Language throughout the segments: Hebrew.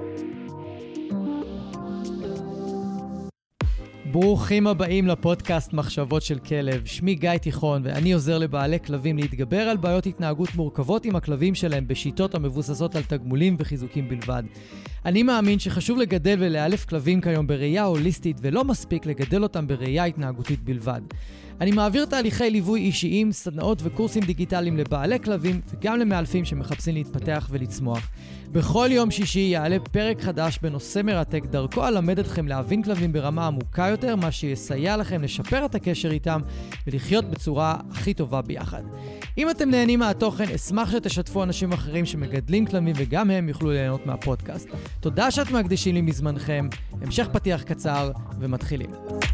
ברוכים הבאים לפודקאסט מחשבות של כלב. שמי גיא תיכון ואני עוזר לבעלי כלבים להתגבר על בעיות התנהגות מורכבות עם הכלבים שלהם בשיטות המבוססות על תגמולים וחיזוקים בלבד. אני מאמין שחשוב לגדל ולאלף כלבים כיום בראייה הוליסטית ולא מספיק לגדל אותם בראייה התנהגותית בלבד. אני מעביר תהליכי ליווי אישיים, סדנאות וקורסים דיגיטליים לבעלי כלבים וגם למאלפים שמחפשים להתפתח ולצמוח. בכל יום שישי יעלה פרק חדש בנושא מרתק, דרכו אלמד אתכם להבין כלבים ברמה עמוקה יותר, מה שיסייע לכם לשפר את הקשר איתם ולחיות בצורה הכי טובה ביחד. אם אתם נהנים מהתוכן, אשמח שתשתפו אנשים אחרים שמגדלים כלבים וגם הם יוכלו ליהנות מהפודקאסט. תודה שאתם מקדישים לי מזמנכם, המשך פתיח קצר ומתחילים.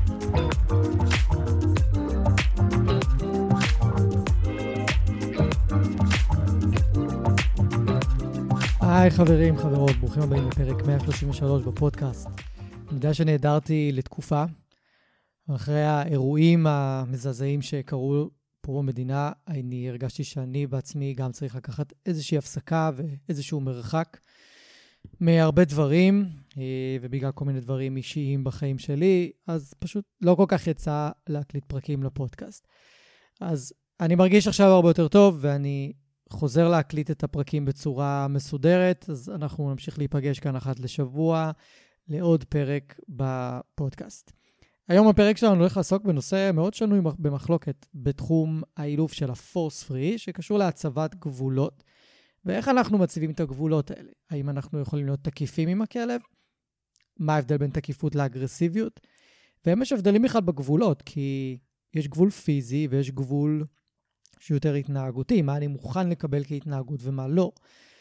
היי חברים, חברות, ברוכים הבאים לפרק 133 בפודקאסט. אני יודע שנהדרתי לתקופה, אחרי האירועים המזעזעים שקרו פה במדינה, אני הרגשתי שאני בעצמי גם צריך לקחת איזושהי הפסקה ואיזשהו מרחק מהרבה דברים, ובגלל כל מיני דברים אישיים בחיים שלי, אז פשוט לא כל כך יצא להקליט פרקים לפודקאסט. אז אני מרגיש עכשיו הרבה יותר טוב, ואני חוזר להקליט את הפרקים בצורה מסודרת, אז אנחנו נמשיך להיפגש כאן אחת לשבוע לעוד פרק בפודקאסט. היום הפרק שלנו הולך לעסוק בנושא מאוד שנוי במחלוקת בתחום האילוף של הפורס פרי, שקשור להצבת גבולות, ואיך אנחנו מציבים את הגבולות האלה. האם אנחנו יכולים להיות תקיפים עם הכלב? מה ההבדל בין תקיפות לאגרסיביות? והם יש הבדלים בכלל בגבולות, כי יש גבול פיזי ויש גבול שיותר התנהגותי, מה אני מוכן לקבל כהתנהגות ומה לא.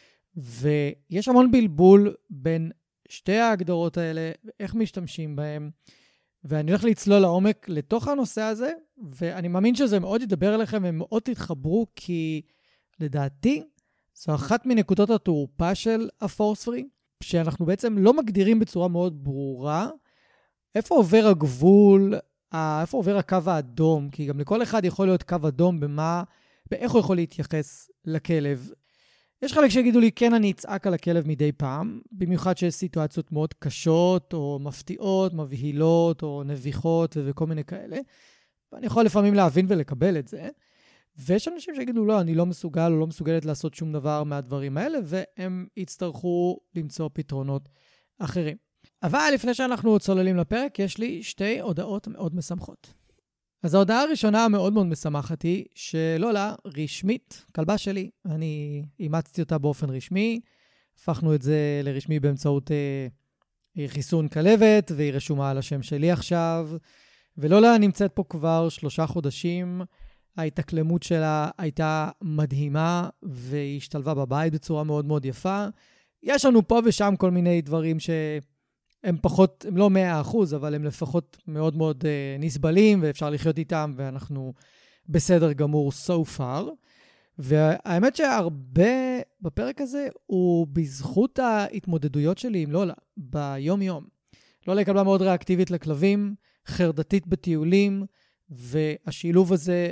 ויש המון בלבול בין שתי ההגדרות האלה, איך משתמשים בהם, ואני הולך לצלול לעומק לתוך הנושא הזה, ואני מאמין שזה מאוד ידבר אליכם ומאוד תתחברו, כי לדעתי זו אחת מנקודות התורפה של הפורס פרי, שאנחנו בעצם לא מגדירים בצורה מאוד ברורה, איפה עובר הגבול, איפה עובר הקו האדום, כי גם לכל אחד יכול להיות קו אדום באיך הוא יכול להתייחס לכלב. יש חלק שיגידו לי, כן, אני אצעק על הכלב מדי פעם, במיוחד שיש סיטואציות מאוד קשות, או מפתיעות, מבהילות, או נביחות, וכל מיני כאלה. ואני יכול לפעמים להבין ולקבל את זה. ויש אנשים שיגידו, לא, אני לא מסוגל, או לא מסוגלת לעשות שום דבר מהדברים האלה, והם יצטרכו למצוא פתרונות אחרים. אבל לפני שאנחנו צוללים לפרק, יש לי שתי הודעות מאוד משמחות. אז ההודעה הראשונה המאוד מאוד משמחת היא שלולה, רשמית, כלבה שלי, אני אימצתי אותה באופן רשמי, הפכנו את זה לרשמי באמצעות חיסון כלבת, והיא רשומה על השם שלי עכשיו, ולולה נמצאת פה כבר 3 חודשים, ההתאקלמות שלה הייתה מדהימה, והיא השתלבה בבית בצורה מאוד מאוד יפה. יש לנו פה ושם כל מיני דברים הם פחות, הם לא 100%, אבל הם לפחות מאוד מאוד נסבלים, ואפשר לחיות איתם, ואנחנו בסדר גמור so far. והאמת שהרבה בפרק הזה הוא בזכות ההתמודדויות שלי עם לולה, ביום יום. לולה היא כלבה מאוד ריאקטיבית לכלבים, חרדתית בטיולים, והשילוב הזה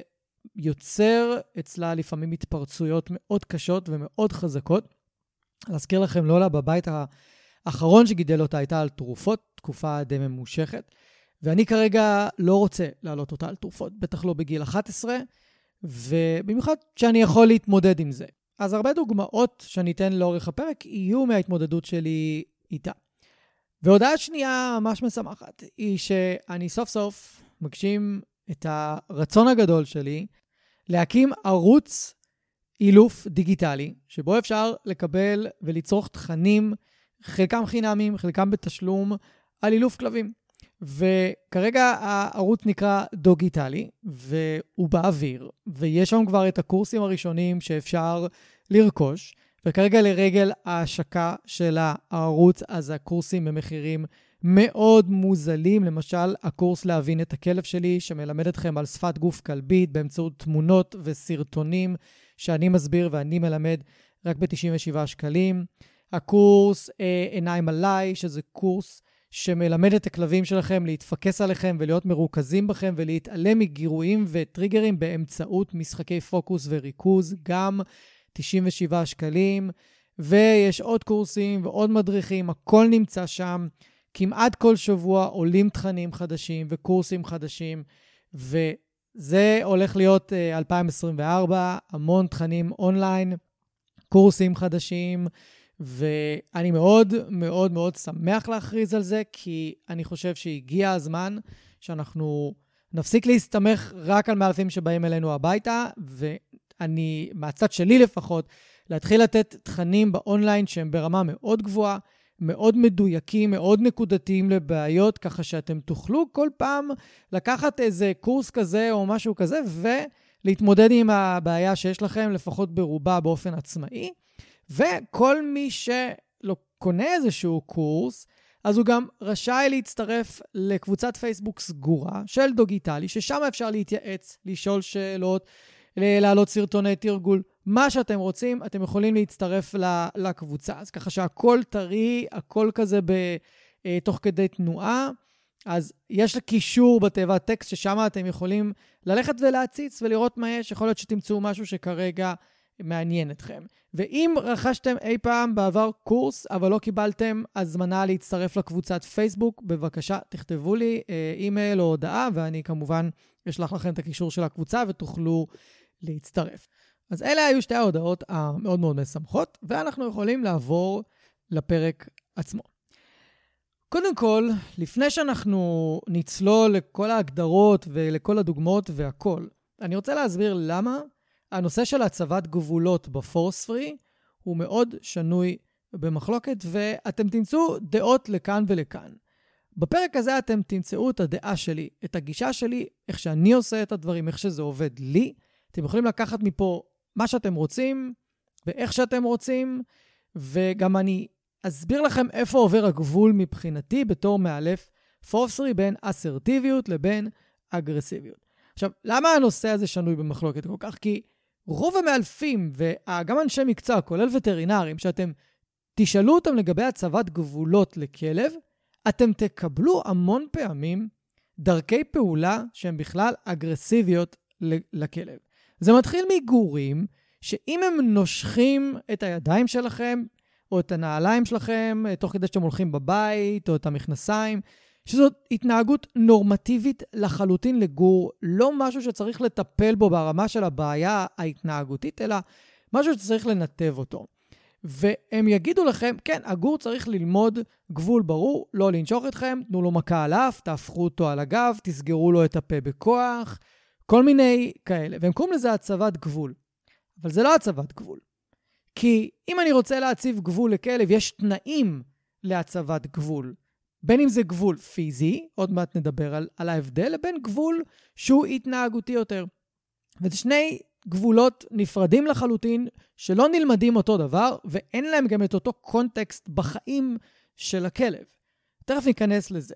יוצר אצלה לפעמים התפרצויות מאוד קשות ומאוד חזקות. להזכיר לכם, לולה בבית האחרון שגידל אותה הייתה על תרופות, תקופה די ממושכת, ואני כרגע לא רוצה להעלות אותה על תרופות, בטח לא בגיל 11, ובמיוחד שאני יכול להתמודד עם זה. אז הרבה דוגמאות שאני אתן לאורך הפרק יהיו מההתמודדות שלי איתה. והודעה שנייה ממש משמחת, היא שאני סוף סוף מגשים את הרצון הגדול שלי להקים ערוץ אילוף דיגיטלי, שבו אפשר לקבל ולצרוך תכנים, חלקם חינמים, חלקם בתשלום, על אילוף כלבים. וכרגע הערוץ נקרא דוגיטלי, והוא באוויר, ויש שם כבר את הקורסים הראשונים שאפשר לרכוש, וכרגע לרגל ההשקה של הערוץ, אז הקורסים במחירים מאוד מוזלים, למשל הקורס להבין את הכלב שלי, שמלמד אתכם על שפת גוף כלבית, באמצעות תמונות וסרטונים שאני מסביר ואני מלמד רק ב-97 שקלים. הקורס עיניים עליי, שזה קורס שמלמד את הכלבים שלכם להתפקס עליכם ולהיות מרוכזים בכם ולהתעלם מגירויים וטריגרים באמצעות משחקי פוקוס וריכוז, גם 97 שקלים. ויש עוד קורסים ועוד מדריכים, הכל נמצא שם. כמעט כל שבוע עולים תכנים חדשים וקורסים חדשים, וזה הולך להיות 2024, המון תכנים אונליין, קורסים חדשים, ואני מאוד מאוד מאוד שמח להכריז על זה, כי אני חושב שהגיע הזמן שאנחנו נפסיק להסתמך רק על מאלפים שבאים אלינו הביתה, ואני, מהצד שלי לפחות, להתחיל לתת תכנים באונליין שהם ברמה מאוד גבוהה, מאוד מדויקים, מאוד נקודתיים לבעיות, ככה שאתם תוכלו כל פעם לקחת איזה קורס כזה או משהו כזה, ולהתמודד עם הבעיה שיש לכם, לפחות ברובה באופן עצמאי. וכל מי שלא קונה איזשהו קורס, אז הוא גם רשאי להצטרף לקבוצת פייסבוק סגורה של דוגיטלי, ששם אפשר להתייעץ, לשאול שאלות, להעלות סרטוני תרגול, מה שאתם רוצים, אתם יכולים להצטרף לקבוצה. אז ככה שהכל טרי, הכל כזה תוך כדי תנועה. אז יש קישור בתיבת טקסט ששם אתם יכולים ללכת ולהציץ ולראות מה יש. יכול להיות שתמצאו משהו שכרגע מעניין אתכם. ואם רכשתם אי פעם בעבר קורס, אבל לא קיבלתם הזמנה להצטרף לקבוצת פייסבוק, בבקשה תכתבו לי אימייל או הודעה, ואני כמובן אשלח לכם את הקישור של הקבוצה ותוכלו להצטרף. אז אלה היו שתי ההודעות המאוד מאוד משמחות, ואנחנו יכולים לעבור לפרק עצמו. קודם כל, לפני שאנחנו נצלול לכל ההגדרות ולכל הדוגמאות והכל, אני רוצה להסביר למה הנושא של הצבת גבולות בפורס פרי הוא מאוד שנוי במחלוקת, ואתם תמצאו דעות לכאן ולכאן. בפרק הזה אתם תמצאו את הדעה שלי, את הגישה שלי, איך שאני עושה את הדברים, איך שזה עובד לי. אתם יכולים לקחת מפה מה שאתם רוצים ואיך שאתם רוצים, וגם אני אסביר לכם איפה עובר הגבול מבחינתי בתור מאלף פורס פרי בין אסרטיביות לבין אגרסיביות. עכשיו, למה הנושא הזה שנוי במחלוקת כל כך? כי רוב המאלפים וגם אנשי מקצוע, כולל וטרינרים, שאתם תשאלו אותם לגבי הצבת גבולות לכלב, אתם תקבלו המון פעמים דרכי פעולה שהן בכלל אגרסיביות לכלב. זה מתחיל מגורים, שאם הם נושכים את הידיים שלכם, או את הנעליים שלכם, תוך כדי שאתם הולכים בבית, או את המכנסיים, שזאת התנהגות נורמטיבית לחלוטין לגור, לא משהו שצריך לטפל בו ברמה של הבעיה ההתנהגותית, אלא משהו שצריך לנתב אותו. והם יגידו לכם, כן, הגור צריך ללמוד גבול ברור, לא לנשוך אתכם, תנו לו מכה על אף, תהפכו אותו על הגב, תסגרו לו את הפה בכוח, כל מיני כאלה. והם קוראים לזה הצבת גבול. אבל זה לא הצבת גבול. כי אם אני רוצה להציב גבול לכלב, יש תנאים להצבת גבול. בין אם זה גבול פיזי, עוד מעט נדבר על ההבדל, לבין גבול שהוא התנהגותי יותר. וזה שני גבולות נפרדים לחלוטין, שלא נלמדים אותו דבר, ואין להם גם את אותו קונטקסט בחיים של הכלב. תכף ניכנס לזה.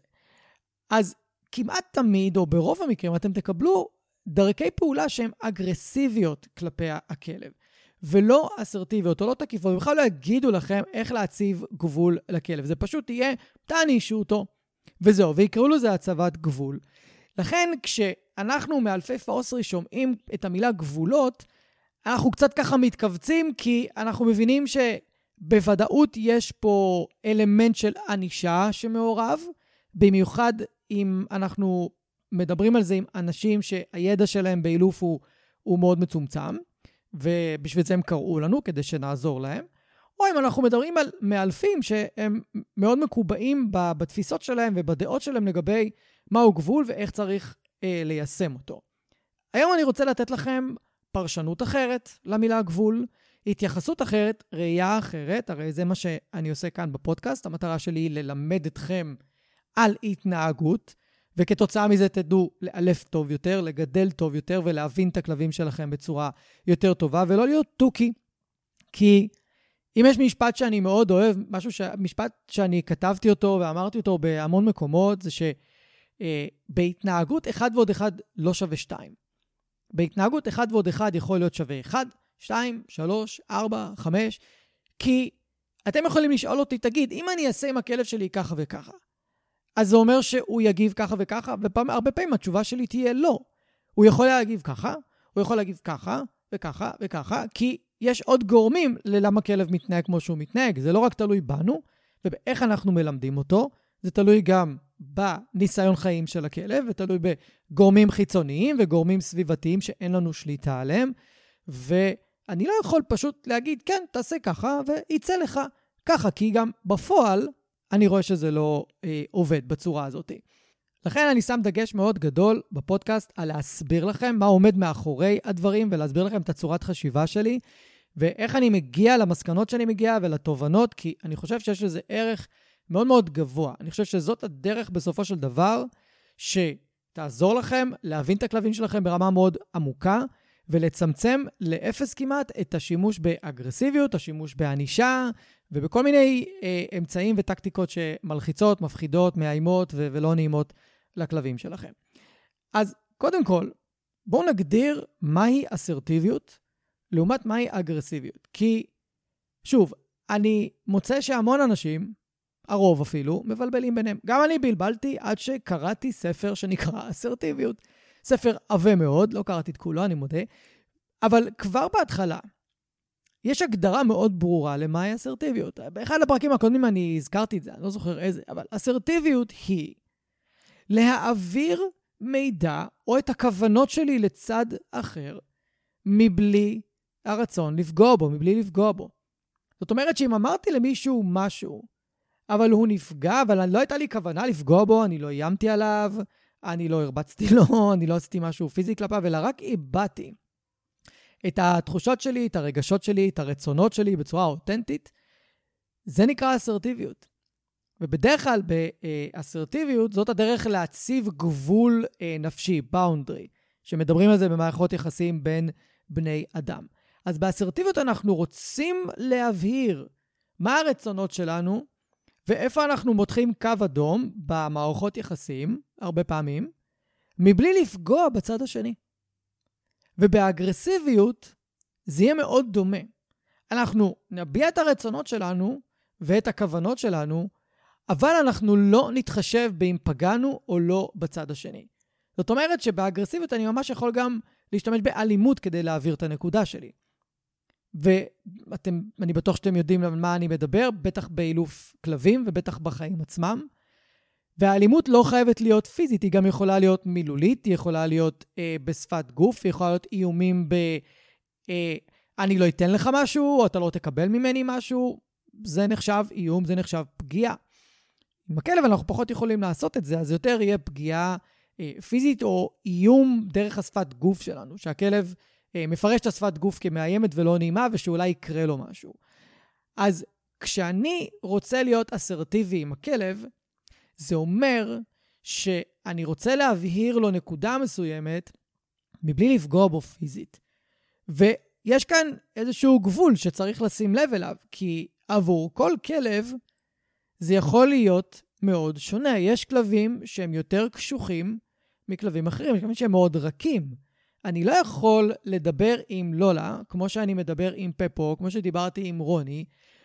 אז כמעט תמיד, או ברוב המקרים, אתם תקבלו דרכי פעולה שהן אגרסיביות כלפי הכלב, ולא אסרטיביות או לא תקיפות, ובכלל לא יגידו לכם איך להציב גבול לכלב. זה פשוט יהיה, תענישו אותו, וזהו, ויקראו לזה הצבת גבול. לכן כשאנחנו מאלפי פורס פרי שומעים את המילה גבולות, אנחנו קצת ככה מתכווצים, כי אנחנו מבינים שבוודאות יש פה אלמנט של ענישה שמעורב, במיוחד אם אנחנו מדברים על זה עם אנשים שהידע שלהם באילוף הוא מאוד מצומצם, ובשביל זה הם קראו לנו כדי שנעזור להם, או אם אנחנו מדברים על מאלפים שהם מאוד מקובעים בתפיסות שלהם ובדעות שלהם לגבי מהו גבול ואיך צריך ליישם אותו. היום אני רוצה לתת לכם פרשנות אחרת למילה גבול, התייחסות אחרת, ראייה אחרת, הרי זה מה שאני עושה כאן בפודקאסט, המטרה שלי היא ללמד אתכם על התנהגות, וכתוצאה מזה תדעו לאלף טוב יותר, לגדל טוב יותר, ולהבין את הכלבים שלכם בצורה יותר טובה, ולא להיות טוקי. כי אם יש משפט שאני מאוד אוהב, משפט שאני כתבתי אותו ואמרתי אותו בהמון מקומות, זה שבהתנהגות 1 ועוד 1 לא שווה 2. בהתנהגות 1 ועוד 1 יכול להיות שווה 1, 2, 3, 4, 5, כי אתם יכולים לשאול אותי, תגיד, אם אני אעשה עם הכלב שלי ככה וככה, אז זה אומר שהוא יגיב ככה וככה, והרבה פעמים התשובה שלי תהיה לא. הוא יכול להגיב ככה, הוא יכול להגיב ככה וככה וככה, כי יש עוד גורמים ללמה כלב מתנהג כמו שהוא מתנהג. זה לא רק תלוי בנו, ובאיך אנחנו מלמדים אותו, זה תלוי גם בניסיון חיים של הכלב, ותלוי בגורמים חיצוניים וגורמים סביבתיים שאין לנו שליטה עליהם, ואני לא יכול פשוט להגיד, כן, תעשה ככה, ויצא לך ככה, כי גם בפועל אני רואה שזה לא עובד בצורה הזאת. לכן אני שם דגש מאוד גדול בפודקאסט על להסביר לכם מה עומד מאחורי הדברים, ולהסביר לכם את הצורת חשיבה שלי, ואיך אני מגיע למסקנות שאני מגיע ולתובנות, כי אני חושב שיש לזה ערך מאוד מאוד גבוה. אני חושב שזאת הדרך בסופו של דבר, שתעזור לכם להבין את הכלבים שלכם ברמה מאוד עמוקה, ולצמצם לאפס כמעט את השימוש באגרסיביות, השימוש בענישה, ובכל מיני אמצעים וטקטיקות שמלחיצות, מפחידות, מאיימות ולא נעימות לכלבים שלכם. אז קודם כל, בואו נגדיר מהי אסרטיביות, לעומת מהי אגרסיביות. כי, שוב, אני מוצא שהמון אנשים, הרוב אפילו, מבלבלים ביניהם. גם אני בלבלתי עד שקראתי ספר שנקרא אסרטיביות. ספר עבה מאוד, לא קראתי את כולו, אני מודה. אבל כבר בהתחלה, יש הגדרה מאוד ברורה למהי אסרטיביות. באחד הפרקים הקודמים אני הזכרתי את זה, אני לא זוכר איזה, אבל אסרטיביות היא להעביר מידע או את הכוונות שלי לצד אחר, מבלי הרצון לפגוע בו, מבלי לפגוע בו. זאת אומרת שאם אמרתי למישהו משהו, אבל הוא נפגע, אבל לא הייתה לי כוונה לפגוע בו, אני לא איימתי עליו, אני לא הרבצתי לו, אני לא עשיתי משהו פיזי כלפיו, אלא רק איבדתי את התחושות שלי, את הרגשות שלי, את הרצונות שלי בצורה אותנטית, זה נקרא אסרטיביות. ובדרך כלל באסרטיביות, זאת הדרך להציב גבול נפשי, boundary, שמדברים על זה במערכות יחסים בין בני אדם. אז באסרטיביות אנחנו רוצים להבהיר מה הרצונות שלנו, ואיפה אנחנו מותחים קו אדום במערכות יחסים, הרבה פעמים, מבלי לפגוע בצד השני. ובאגרסיביות זה יהיה מאוד דומה. אנחנו נביע את הרצונות שלנו ואת הכוונות שלנו, אבל אנחנו לא נתחשב באם פגענו או לא בצד השני. זאת אומרת שבאגרסיביות אני ממש יכול גם להשתמש באלימות כדי להעביר את הנקודה שלי. ואני בטוח שאתם יודעים על מה אני מדבר, בטח באילוף כלבים ובטח בחיים עצמם. והאלימות לא חייבת להיות פיזית, היא גם יכולה להיות מילולית, היא יכולה להיות בשפת גוף, היא יכולה להיות איומים אני לא אתן לך משהו, או אתה לא תקבל ממני משהו, זה נחשב איום, זה נחשב פגיעה. עם הכלב אנחנו פחות יכולים לעשות את זה, אז יותר יהיה פגיעה פיזית או איום דרך השפת גוף שלנו, שהכלב מפרש את השפת גוף כמאיימת ולא נעימה, ושאולי יקרה לו משהו. אז כשאני רוצה להיות אסרטיבי עם הכלב, זה אומר שאני רוצה להבהיר לו נקודה מסוימת, מבלי לפגוע בו פיזית. ויש כאן איזשהו גבול שצריך לשים לב אליו, כי עבור כל כלב זה יכול להיות מאוד שונה. יש כלבים שהם יותר קשוחים מכלבים אחרים, יש כלבים שהם מאוד רכים. אני לא יכול לדבר עם לולה, כמו שאני מדבר עם פפו, כמו שדיברתי עם רוני,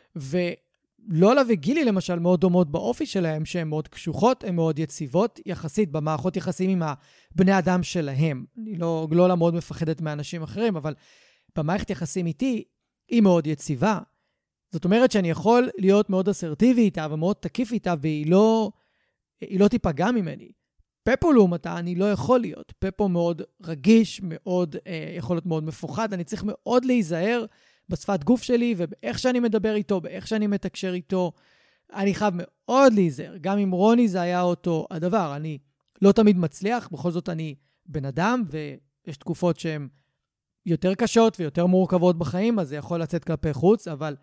ולולה וגילי למשל מאוד דומות באופי שלהם, שהן מאוד קשוחות, הן מאוד יציבות, יחסית במערכות יחסים עם הבני אדם שלהם. לולה מאוד מפחדת מאנשים אחרים, אבל במערכת יחסים איתי, היא מאוד יציבה. זאת אומרת שאני יכול להיות מאוד אסרטיבי איתה, ומאוד תקיף איתה, והיא לא תיפגע ממני. פפו לעומתה אני לא יכול להיות. פפו מאוד רגיש, מאוד, יכול להיות מאוד מפוחד. אני צריך מאוד להיזהר בשפת גוף שלי, ובאיך שאני מדבר איתו, באיך שאני מתקשר איתו. אני חייב מאוד להיזהר. גם עם רוני זה היה אותו הדבר. אני לא תמיד מצליח, בכל זאת אני בן אדם, ויש תקופות שהן יותר קשות ויותר מורכבות בחיים, אז זה יכול לצאת כלפי חוץ, אבל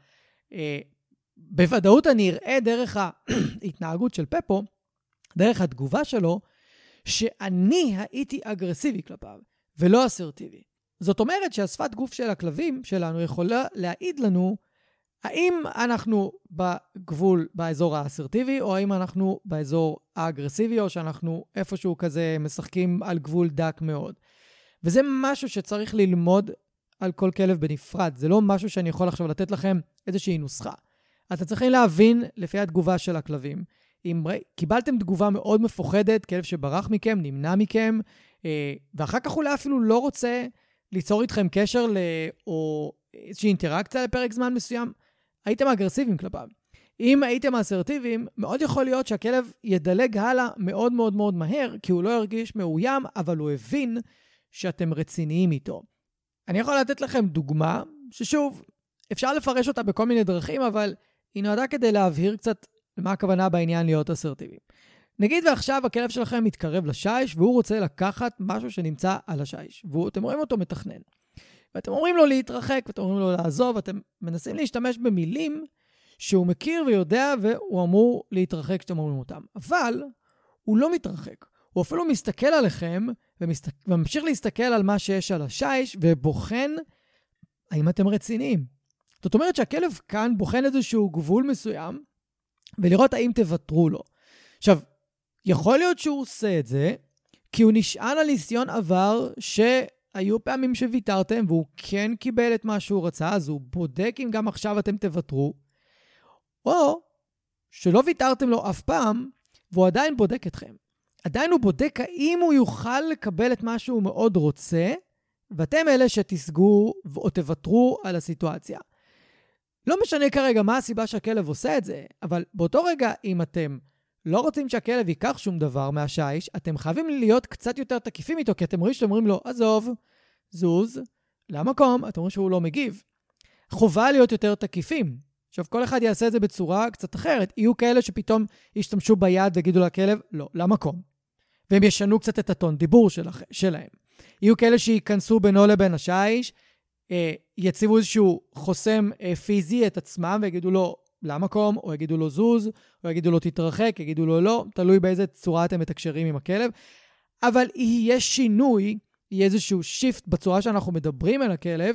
בוודאות אני אראה דרך ההתנהגות של פפו, דרך התגובה שלו, שאני הייתי אגרסיבי כלפיו, ולא אסרטיבי. זאת אומרת שהשפת גוף של הכלבים שלנו יכולה להעיד לנו, האם אנחנו בגבול באזור האסרטיבי, או האם אנחנו באזור האגרסיבי, או שאנחנו איפשהו כזה משחקים על גבול דק מאוד. וזה משהו שצריך ללמוד על כל כלב בנפרד. זה לא משהו שאני יכול עכשיו לתת לכם איזושהי נוסחה. אתם צריכים להבין לפי התגובה של הכלבים. אם קיבלתם תגובה מאוד מפוחדת, כלב שברח מכם, נמנע מכם, ואחר כך אולי אפילו לא רוצה ליצור איתכם קשר או איזושהי אינטראקציה לפרק זמן מסוים, הייתם אגרסיביים כלפיו. אם הייתם אסרטיביים, מאוד יכול להיות שהכלב ידלג הלאה מאוד מאוד מאוד מהר, כי הוא לא ירגיש מאוים, אבל הוא הבין שאתם רציניים איתו. אני יכול לתת לכם דוגמה, ששוב, אפשר לפרש אותה בכל מיני דרכים, אבל היא נועדה כדי להבהיר קצת מה הכוונה בעניין להיות אסרטיביים. נגיד ועכשיו הכלב שלכם מתקרב לשיש, והוא רוצה לקחת משהו שנמצא על השיש, ואתם רואים אותו מתכנן. ואתם אומרים לו להתרחק, ואתם אומרים לו לעזוב, ואתם מנסים להשתמש במילים שהוא מכיר ויודע, והוא אמור להתרחק כשאתם אומרים אותם. אבל הוא לא מתרחק. הוא אפילו מסתכל עליכם, וממשיך להסתכל על מה שיש על השיש, ובוחן האם אתם רציניים. זאת אומרת שהכלב כאן בוחן איזשהו גבול מסוים, ולראות האם תוותרו לו. עכשיו, יכול להיות שהוא עושה את זה, כי הוא נשען על ניסיון עבר שהיו פעמים שוויתרתם, והוא כן קיבל את מה שהוא רצה, אז הוא בודק אם גם עכשיו אתם תוותרו, או שלא ויתרתם לו אף פעם, והוא עדיין בודק אתכם. עדיין הוא בודק האם הוא יוכל לקבל את מה שהוא מאוד רוצה, ואתם אלה שתסגו או תוותרו על הסיטואציה. לא משנה כרגע מה הסיבה שהכלב עושה את זה, אבל באותו רגע, אם אתם לא רוצים שהכלב ייקח שום דבר מהשיש, אתם חייבים להיות קצת יותר תקיפים איתו, כי אתם רואים שאתם אומרים לו, עזוב, זוז, למקום, אתם רואים שהוא לא מגיב. חובה להיות יותר תקיפים. עכשיו, כל אחד יעשה את זה בצורה קצת אחרת. יהיו כאלה שפתאום ישתמשו ביד ויגידו לכלב, לא, למקום. והם ישנו קצת את הטון דיבור שלהם. יהיו כאלה שיכנסו בינו לבין השיש, יציבו איזשהו חוסם פיזי את עצמם ויגידו לו למקום, או יגידו לו זוז, או יגידו לו תתרחק, יגידו לו לא, תלוי באיזה צורה אתם מתקשרים עם הכלב. אבל יהיה שינוי, יהיה איזשהו שיפט בצורה שאנחנו מדברים על הכלב,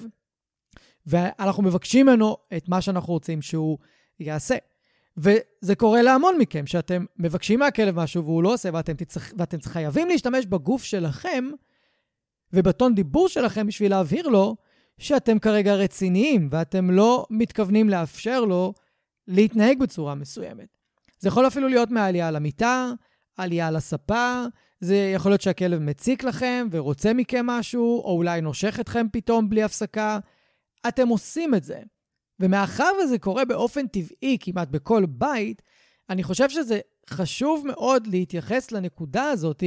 ואנחנו מבקשים ממנו את מה שאנחנו רוצים שהוא יעשה. וזה קורה להמון מכם, שאתם מבקשים מהכלב משהו והוא לא עושה, ואתם חייבים להשתמש בגוף שלכם, ובטון דיבור שלכם בשביל להבהיר לו, שאתם כרגע רציניים, ואתם לא מתכוונים לאפשר לו להתנהג בצורה מסוימת. זה יכול אפילו להיות מהעלייה על המיטה, עלייה על הספה, זה יכול להיות שהכלב מציק לכם ורוצה מכם משהו, או אולי נושך אתכם פתאום בלי הפסקה. אתם עושים את זה. ומאחר וזה קורה באופן טבעי כמעט בכל בית, אני חושב שזה חשוב מאוד להתייחס לנקודה הזאת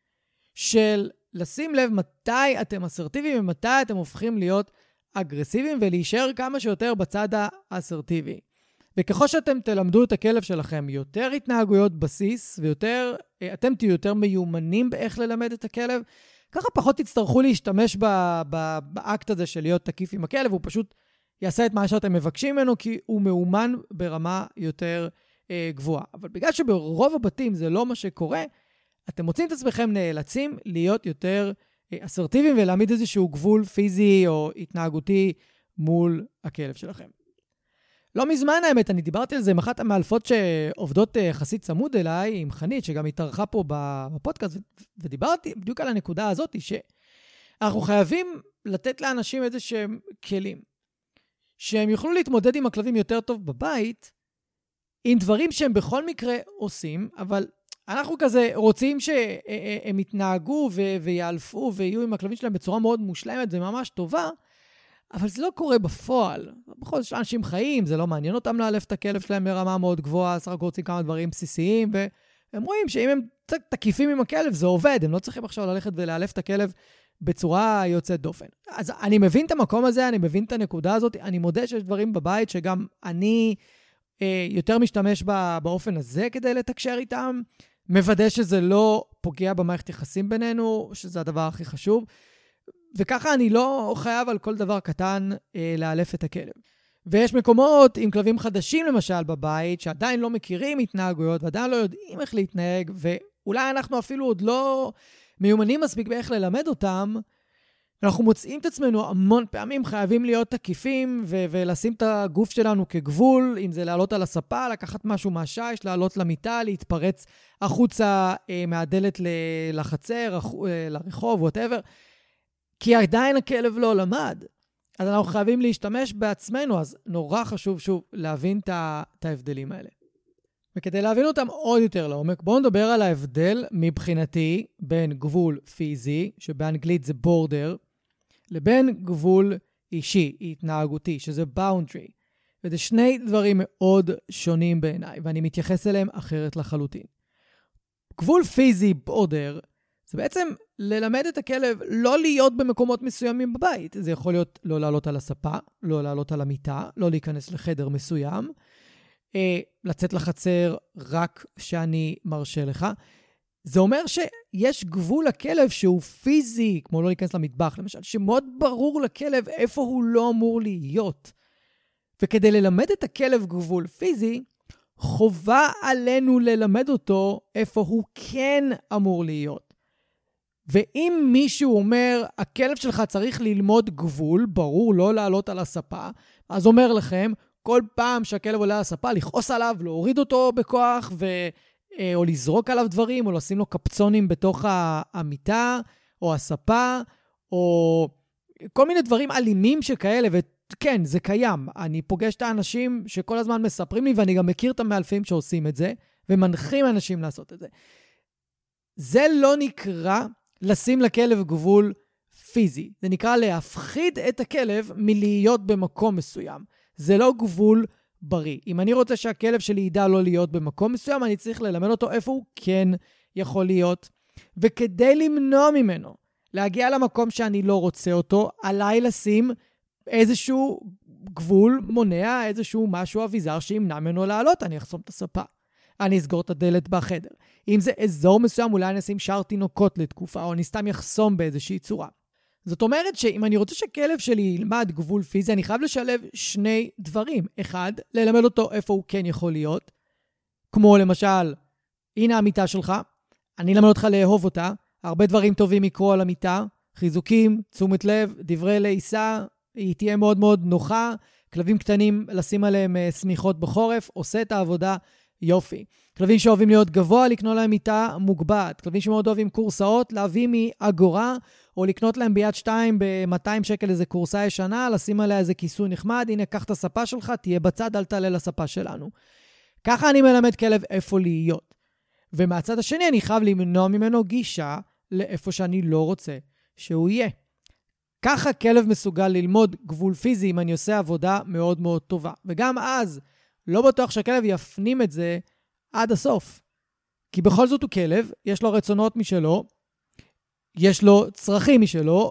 של לשים לב מתי אתם אסרטיביים ומתי אתם הופכים להיות אגרסיביים ולהישאר כמה שיותר בצד האסרטיבי. וככל שאתם תלמדו את הכלב שלכם יותר התנהגויות בסיס ויותר, אתם תהיו יותר מיומנים באיך ללמד את הכלב, ככה פחות תצטרכו להשתמש באקט הזה של להיות תקיף עם הכלב, הוא פשוט יעשה את מה שאתם מבקשים ממנו, כי הוא מאומן ברמה יותר גבוהה. אבל בגלל שברוב הבתים זה לא מה שקורה, אתם מוצאים את עצמכם נאלצים להיות יותר אסרטיביים ולהעמיד איזשהו גבול פיזי או התנהגותי מול הכלב שלכם. לא מזמן האמת, אני דיברתי על זה עם אחת המאלפות שעובדות יחסית צמוד אליי, עם חנית, שגם התארחה פה בפודקאסט, ודיברתי בדיוק על הנקודה הזאת, שאנחנו חייבים לתת לאנשים איזה שהם כלים, שהם יוכלו להתמודד עם הכלבים יותר טוב בבית, עם דברים שהם בכל מקרה עושים, אבל אנחנו כזה רוצים שהם יתנהגו ויאלפו ויהיו עם הכלבים שלהם בצורה מאוד מושלמת וממש טובה, אבל זה לא קורה בפועל. בכל זאת, אנשים חיים, זה לא מעניין אותם לאלף את הכלב שלהם ברמה מאוד גבוהה, סך הכל רוצים כמה דברים בסיסיים, והם רואים שאם הם תקיפים עם הכלב, זה עובד, הם לא צריכים עכשיו ללכת ולאלף את הכלב בצורה יוצאת דופן. אז אני מבין את המקום הזה, אני מבין את הנקודה הזאת, אני מודה שיש דברים בבית שגם אני יותר משתמש באופן הזה כדי לתקשר איתם, מוודא שזה לא פוגע במערכת יחסים בינינו, שזה הדבר הכי חשוב, וככה אני לא חייב על כל דבר קטן לאלף את הכלב. ויש מקומות עם כלבים חדשים למשל בבית, שעדיין לא מכירים התנהגויות, ועדיין לא יודעים איך להתנהג, ואולי אנחנו אפילו עוד לא מיומנים מספיק באיך ללמד אותם, אנחנו מוצאים את עצמנו המון פעמים חייבים להיות תקיפים, ולשים את הגוף שלנו כגבול, אם זה לעלות על הספה, לקחת משהו מהשיש, לעלות למיטה, להתפרץ החוצה מהדלת לחצר, לרחוב, whatever. כי עדיין הכלב לא למד. אז אנחנו חייבים להשתמש בעצמנו, אז נורא חשוב שוב להבין את ההבדלים האלה. וכדי להבין אותם עוד יותר לעומק, בואו נדבר על ההבדל מבחינתי בין גבול פיזי, שבאנגלית זה border, לבין גבול אישי, התנהגותי, שזה boundary. וזה שני דברים מאוד שונים בעיניי, ואני מתייחס אליהם אחרת לחלוטין. גבול פיזי, border, זה בעצם ללמד את הכלב לא להיות במקומות מסוימים בבית. זה יכול להיות לא לעלות על הספה, לא לעלות על המיטה, לא להיכנס לחדר מסוים, לצאת לחצר רק שאני מרשה לך. זה אומר שיש גבול לכלב שהוא פיזי, כמו לא להיכנס למטבח, למשל, שמאוד ברור לכלב איפה הוא לא אמור להיות. וכדי ללמד את הכלב גבול פיזי, חובה עלינו ללמד אותו איפה הוא כן אמור להיות. ואם מישהו אומר, הכלב שלך צריך ללמוד גבול, ברור, לא לעלות על הספה, אז אומר לכם, כל פעם שהכלב עולה על הספה, לכעוס עליו, להוריד אותו בכוח, או לזרוק עליו דברים, או לשים לו קפצונים בתוך המיטה, או הספה, או כל מיני דברים אלימים שכאלה, וכן, זה קיים. אני פוגש את האנשים שכל הזמן מספרים לי, ואני גם מכיר את המאלפים שעושים את זה, ומנחים אנשים לעשות את זה. זה לא נקרא לשים לכלב גבול פיזי. זה נקרא להפחיד את הכלב מלהיות במקום מסוים. זה לא גבול בריא. אם אני רוצה שהכלב שלי ידע לא להיות במקום מסוים, אני צריך ללמד אותו איפה הוא כן יכול להיות. וכדי למנוע ממנו להגיע למקום שאני לא רוצה אותו, עליי לשים איזשהו גבול מונע, איזשהו משהו אביזר שימנע ממנו לעלות. אני אחסום את הספה. אני אסגור את הדלת בחדר. אם זה אזור מסוים, אולי אני אשים שער תינוקות לתקופה, או אני סתם יחסום באיזושהי צורה. זאת אומרת שאם אני רוצה שהכלב שלי ילמד גבול פיזי, אני חייב לשלב שני דברים. אחד, ללמד אותו איפה הוא כן יכול להיות. כמו למשל, הנה המיטה שלך, אני אלמד אותך לאהוב אותה, הרבה דברים טובים יקרו על המיטה, חיזוקים, תשומת לב, דברי לעיסה, היא תהיה מאוד מאוד נוחה, כלבים קטנים לשים עליהם סמיכות בחורף, עושה את העבודה יופי. כלבים שאוהבים להיות גבוה, לקנות להם מיטה מוגבעת. כלבים שמאוד אוהבים קורסאות, להביא מאגורה, או לקנות להם ביד 2 ב-200 שקל איזה קורסה ישנה, לשים עליה איזה כיסוי נחמד, הנה, קח את הספה שלך, תהיה בצד, אל תעלה לספה שלנו. ככה אני מלמד כלב איפה להיות. ומהצד השני אני חייב למנוע ממנו גישה לאיפה שאני לא רוצה שהוא יהיה. ככה כלב מסוגל ללמוד גבול פיזי אם אני עושה עבודה מאוד מאוד טובה. וגם אז, לא בטוח שהכלב יפנים את זה עד הסוף. כי בכל זאת הוא כלב, יש לו רצונות משלו, יש לו צרכים משלו,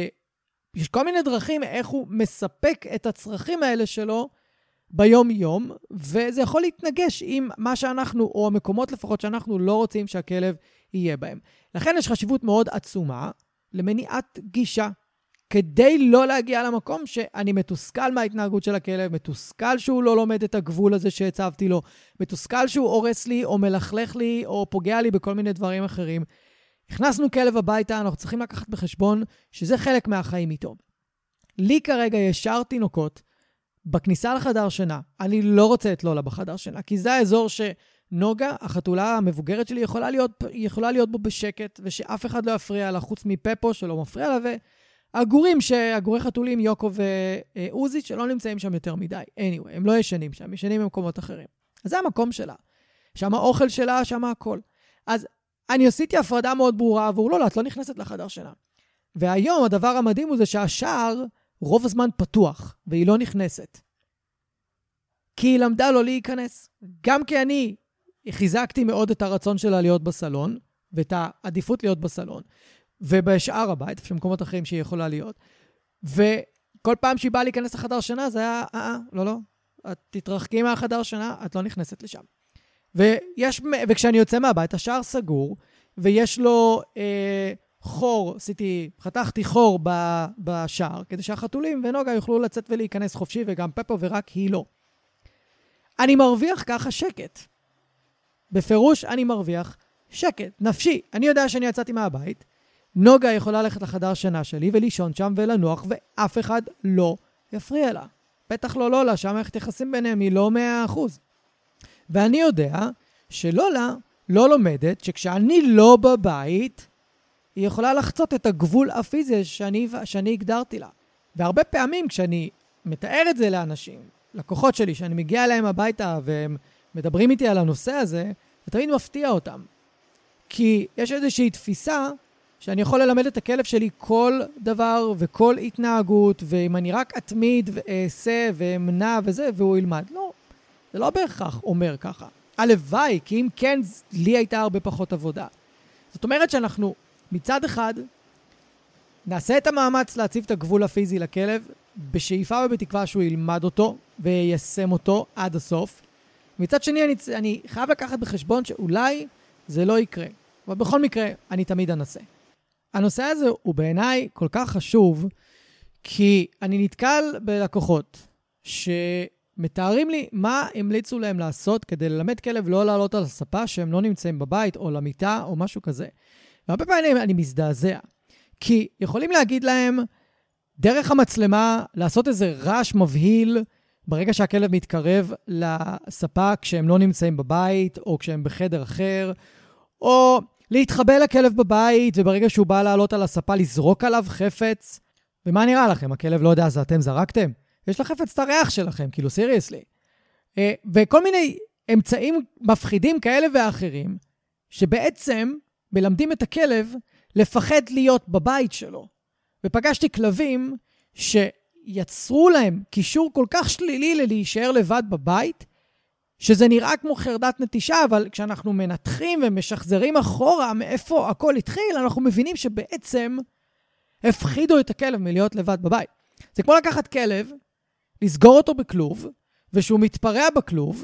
ויש כל מיני דרכים איך הוא מספק את הצרכים האלה שלו ביום יום, וזה יכול להתנגש עם מה שאנחנו, או המקומות לפחות שאנחנו לא רוצים שהכלב יהיה בהם. לכן יש חשיבות מאוד עצומה למניעת גישה. כדי לא להגיע למקום שאני מתוסכל מההתנהגות של הכלב, מתוסכל שהוא לא לומד את הגבול הזה שהצבתי לו, מתוסכל שהוא הורס לי או מלכלך לי או פוגע לי בכל מיני דברים אחרים. הכנסנו כלב הביתה, אנחנו צריכים לקחת בחשבון שזה חלק מהחיים איתו. לי כרגע יש שער תינוקות בכניסה לחדר שינה. אני לא רוצה את לולה בחדר שינה, כי זה האזור שנוגה, החתולה המבוגרת שלי, יכולה להיות בו בשקט, ושאף אחד לא יפריע לה חוץ מפפו שלא מפריע לה, הגורי חתולים, יוקו ואוזי, שלא נמצאים שם יותר מדי. anyway, הם לא ישנים שם, ישנים במקומות אחרים. אז זה המקום שלה. שם האוכל שלה, שם הכל. אז אני עשיתי הפרדה מאוד ברורה עבור לולה, את לא נכנסת לחדר שינה. והיום הדבר המדהים הוא זה שהשער רוב הזמן פתוח, והיא לא נכנסת. כי היא למדה לא להיכנס. גם כי אני חיזקתי מאוד את הרצון שלה להיות בסלון, ואת העדיפות להיות בסלון. ובשאר הבית, במקומות אחרים שהיא יכולה להיות. וכל פעם שהיא באה להיכנס לחדר שינה, זה היה, לא, את תתרחקי מהחדר שינה, את לא נכנסת לשם. וכשאני יוצא מהבית, השער סגור, ויש לו חור, חתכתי חור בשער, כדי שהחתולים ונוגה יוכלו לצאת ולהיכנס חופשי, וגם פפו ורק היא לא. אני מרוויח ככה שקט. בפירוש אני מרוויח שקט, נפשי. אני יודע שאני יצאתי מהבית, נוגה יכולה ללכת לחדר שינה שלי ולישון שם ולנוח, ואף אחד לא יפריע לה. בטח לא לולה, שהמערכת יחסים ביניהם היא לא 100%. ואני יודע שלולה לא לומדת שכשאני לא בבית, היא יכולה לחצות את הגבול הפיזי שאני הגדרתי לה. והרבה פעמים כשאני מתאר את זה לאנשים, לקוחות שלי, שאני מגיע אליהם הביתה והם מדברים איתי על הנושא הזה, זה תמיד מפתיע אותם. כי יש איזושהי תפיסה שאני יכול ללמד את הכלב שלי כל דבר וכל התנהגות, ואם אני רק אתמיד ואעשה ואמנע וזה, והוא ילמד. לא, זה לא בהכרח אומר ככה. הלוואי, כי אם כן, לי הייתה הרבה פחות עבודה. זאת אומרת שאנחנו מצד אחד נעשה את המאמץ להציב את הגבול הפיזי לכלב, בשאיפה ובתקווה שהוא ילמד אותו ויישם אותו עד הסוף. מצד שני, אני חייב לקחת בחשבון שאולי זה לא יקרה. אבל בכל מקרה, אני תמיד אנסה. הנושא הזה הוא בעיניי כל כך חשוב, כי אני נתקל בלקוחות שמתארים לי מה המליצו להם לעשות כדי ללמד כלב לא לעלות על הספה שהם לא נמצאים בבית או למיטה או משהו כזה. והרבה פעמים אני מזדעזע. כי יכולים להגיד להם, דרך המצלמה, לעשות איזה רעש מבהיל, ברגע שהכלב מתקרב לספה כשהם לא נמצאים בבית, או כשהם בחדר אחר, או להתחבא לכלב בבית, וברגע שהוא בא לעלות על הספה, לזרוק עליו חפץ. ומה נראה לכם? הכלב לא יודע, אז אתם זרקתם? יש לחפץ את הריח שלכם, כאילו סיריוסלי. וכל מיני אמצעים מפחידים כאלה ואחרים, שבעצם מלמדים את הכלב לפחד להיות בבית שלו. ופגשתי כלבים שיצרו להם קישור כל כך שלילי להישאר לבד בבית, שזה נראה כמו חרדת נטישה, אבל כשאנחנו מנתחים ומשחזרים אחורה מאיפה הכל התחיל, אנחנו מבינים שבעצם הפחידו את הכלב מלהיות לבד בבית. זה כמו לקחת כלב, לסגור אותו בכלוב, ושהוא מתפרע בכלוב,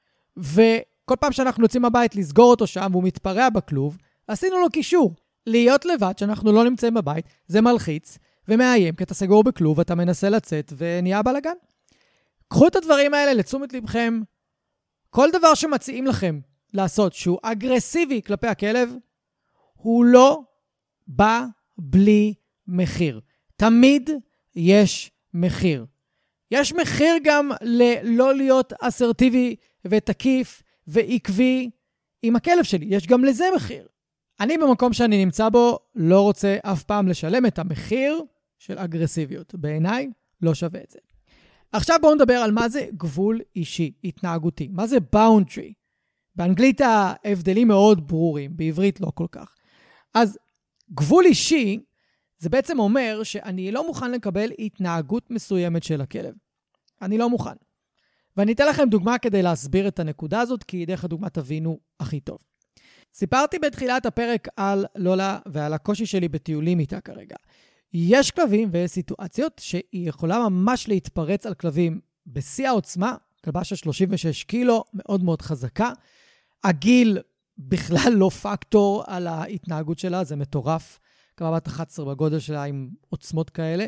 וכל פעם שאנחנו יוצאים מהבית לסגור אותו שם, והוא מתפרע בכלוב, עשינו לו קישור. להיות לבד שאנחנו לא נמצאים בבית, זה מלחיץ ומאיים, כי אתה סגור בכלוב, אתה מנסה לצאת ונהיה בלגן. קחו את הדברים האלה לתשומת לבכם. כל דבר שמציעים לכם לעשות שהוא אגרסיבי כלפי הכלב, הוא לא בא בלי מחיר. תמיד יש מחיר. יש מחיר גם לא להיות אסרטיבי ותקיף ועקבי עם הכלב שלי. יש גם לזה מחיר. אני במקום שאני נמצא בו לא רוצה אף פעם לשלם את המחיר של אגרסיביות. בעיניי לא שווה את זה. עכשיו בואו נדבר על מה זה גבול אישי, התנהגותי. מה זה boundary? באנגלית ההבדלים מאוד ברורים, בעברית לא כל כך. אז גבול אישי זה בעצם אומר שאני לא מוכן לקבל התנהגות מסוימת של הכלב. אני לא מוכן. ואני אתן לכם דוגמה כדי להסביר את הנקודה הזאת, כי דרך הדוגמה תבינו הכי טוב. סיפרתי בתחילת הפרק על לולה ועל הקושי שלי בטיולים איתה כרגע. יש כלבים וסיטואציות שהיא יכולה ממש להתפרץ על כלבים בשיא העוצמה, כלבה של 36 קילו, מאוד מאוד חזקה. הגיל בכלל לא פקטור על ההתנהגות שלה, זה מטורף. כלבה בת 11 בגודל שלה עם עוצמות כאלה.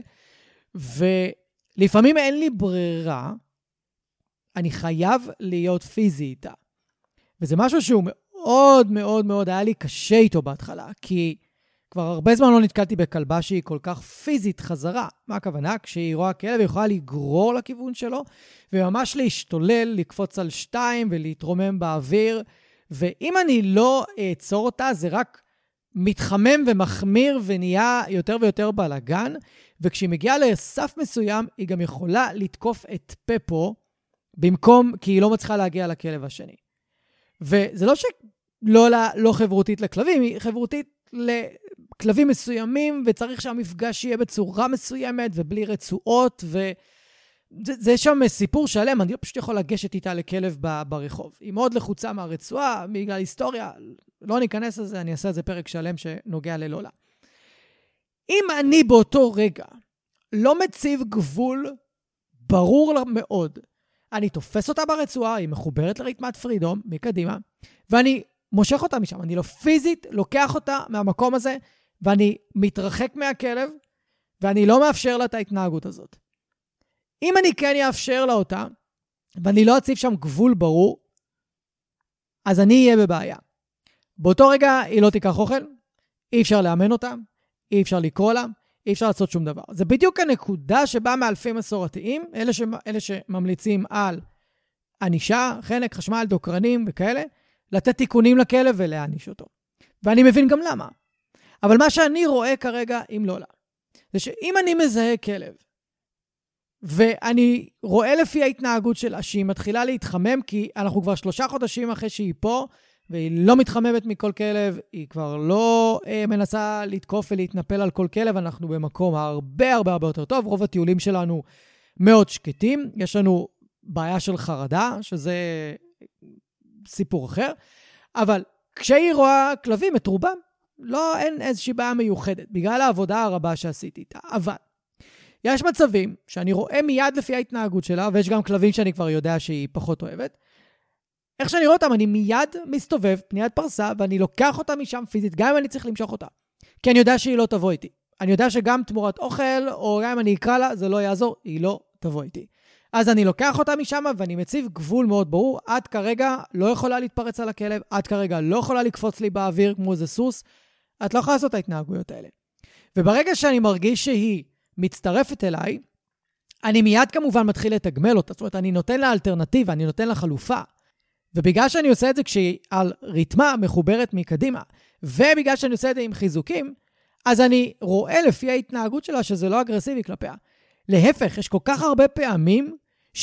ולפעמים אין לי ברירה, אני חייב להיות פיזי איתה. וזה משהו שהוא מאוד מאוד מאוד היה לי קשה איתו בהתחלה, כי כבר הרבה זמן לא נתקלתי בכלבה שהיא כל כך פיזית חזרה. מה הכוונה? כשהיא רואה כלב, היא יכולה לגרור לכיוון שלו, וממש להשתולל, לקפוץ על 2 ולהתרומם באוויר. ואם אני לא אעצור אותה, זה רק מתחמם ומחמיר ונהיה יותר ויותר בלגן. וכשהיא מגיעה לסף מסוים, היא גם יכולה לתקוף את פפו, במקום, כי היא לא מצליחה להגיע לכלב השני. וזה לא לא חברותית לכלבים, היא חברותית לכלבים מסוימים, וצריך שהמפגש יהיה בצורה מסוימת, ובלי רצועות, וזה שם סיפור שלם, אני לא פשוט יכול לגשת איתה לכלב ברחוב. היא מאוד לחוצה מהרצועה, בגלל היסטוריה, לא ניכנס לזה, אני אעשה איזה פרק שלם שנוגע ללולה. אם אני באותו רגע לא מציב גבול ברור מאוד, אני תופס אותה ברצועה, היא מחוברת לרתמת פרידום מקדימה, ואני מושך אותה משם, אני לא פיזית, לוקח אותה מהמקום הזה, ואני מתרחק מהכלב, ואני לא מאפשר לה את ההתנהגות הזאת. אם אני כן אאפשר לה אותה, ואני לא אציב שם גבול ברור, אז אני אהיה בבעיה. באותו רגע היא לא תיקח אוכל, אי אפשר לאמן אותה, אי אפשר לקרוא לה, אי אפשר לעשות שום דבר. זה בדיוק הנקודה שבה מאלפים מסורתיים, אלה שממליצים על ענישה, חנק, חשמל, דוקרנים וכאלה, לתת תיקונים לכלב ולהעניש אותו. ואני מבין גם למה. אבל מה שאני רואה כרגע עם לולה, זה שאם אני מזהה כלב, ואני רואה לפי ההתנהגות שלה שהיא מתחילה להתחמם, כי אנחנו כבר 3 חודשים אחרי שהיא פה, והיא לא מתחממת מכל כלב, היא כבר לא מנסה לתקוף ולהתנפל על כל כלב, אנחנו במקום הרבה יותר טוב, רוב הטיולים שלנו מאוד שקטים, יש לנו בעיה של חרדה, שזה סיפור אחר, אבל כשהיא רואה כלבים את רובם, אין איזושהי בעיה מיוחדת, בגלל העבודה הרבה שעשיתי איתה, אבל יש מצבים שאני רואה מיד לפי ההתנהגות שלה, ויש גם כלבים שאני כבר יודע שהיא פחות אוהבת, איך שאני רואה אותם, אני מיד מסתובב, פניית פרסה, ואני לוקח אותה משם פיזית, גם אם אני צריך למשוך אותה. כי אני יודע שהיא לא תבוא איתי. אני יודע שגם תמורת אוכל, או גם אם אני אקרא לה, זה לא יעזור, היא לא תבוא איתי. אז אני לוקח אותה משם, ואני מציב גבול מאוד ברור, עד כרגע לא יכולה להתפרץ על הכלב, עד כרגע לא יכולה לקפוץ לי באוויר כמו איזה סוס, את לא יכולה לעשות את ההתנהגויות האלה. וברגע שאני מרגיש שהיא מצטרפת אליי, אני מיד כמובן מתחיל לתגמל אותה, זאת אומרת, אני נותן לה אלטרנטיבה, אני נותן לה חלופה. ובגלל שאני עושה את זה כשהיא על ריתמה מחוברת מקדימה, ובגלל שאני עושה את זה עם חיזוקים, אז אני רואה לפי ההתנהגות שלה שזה לא אגרסיבי כלפיה. להפך, יש כל כך הרבה פעמים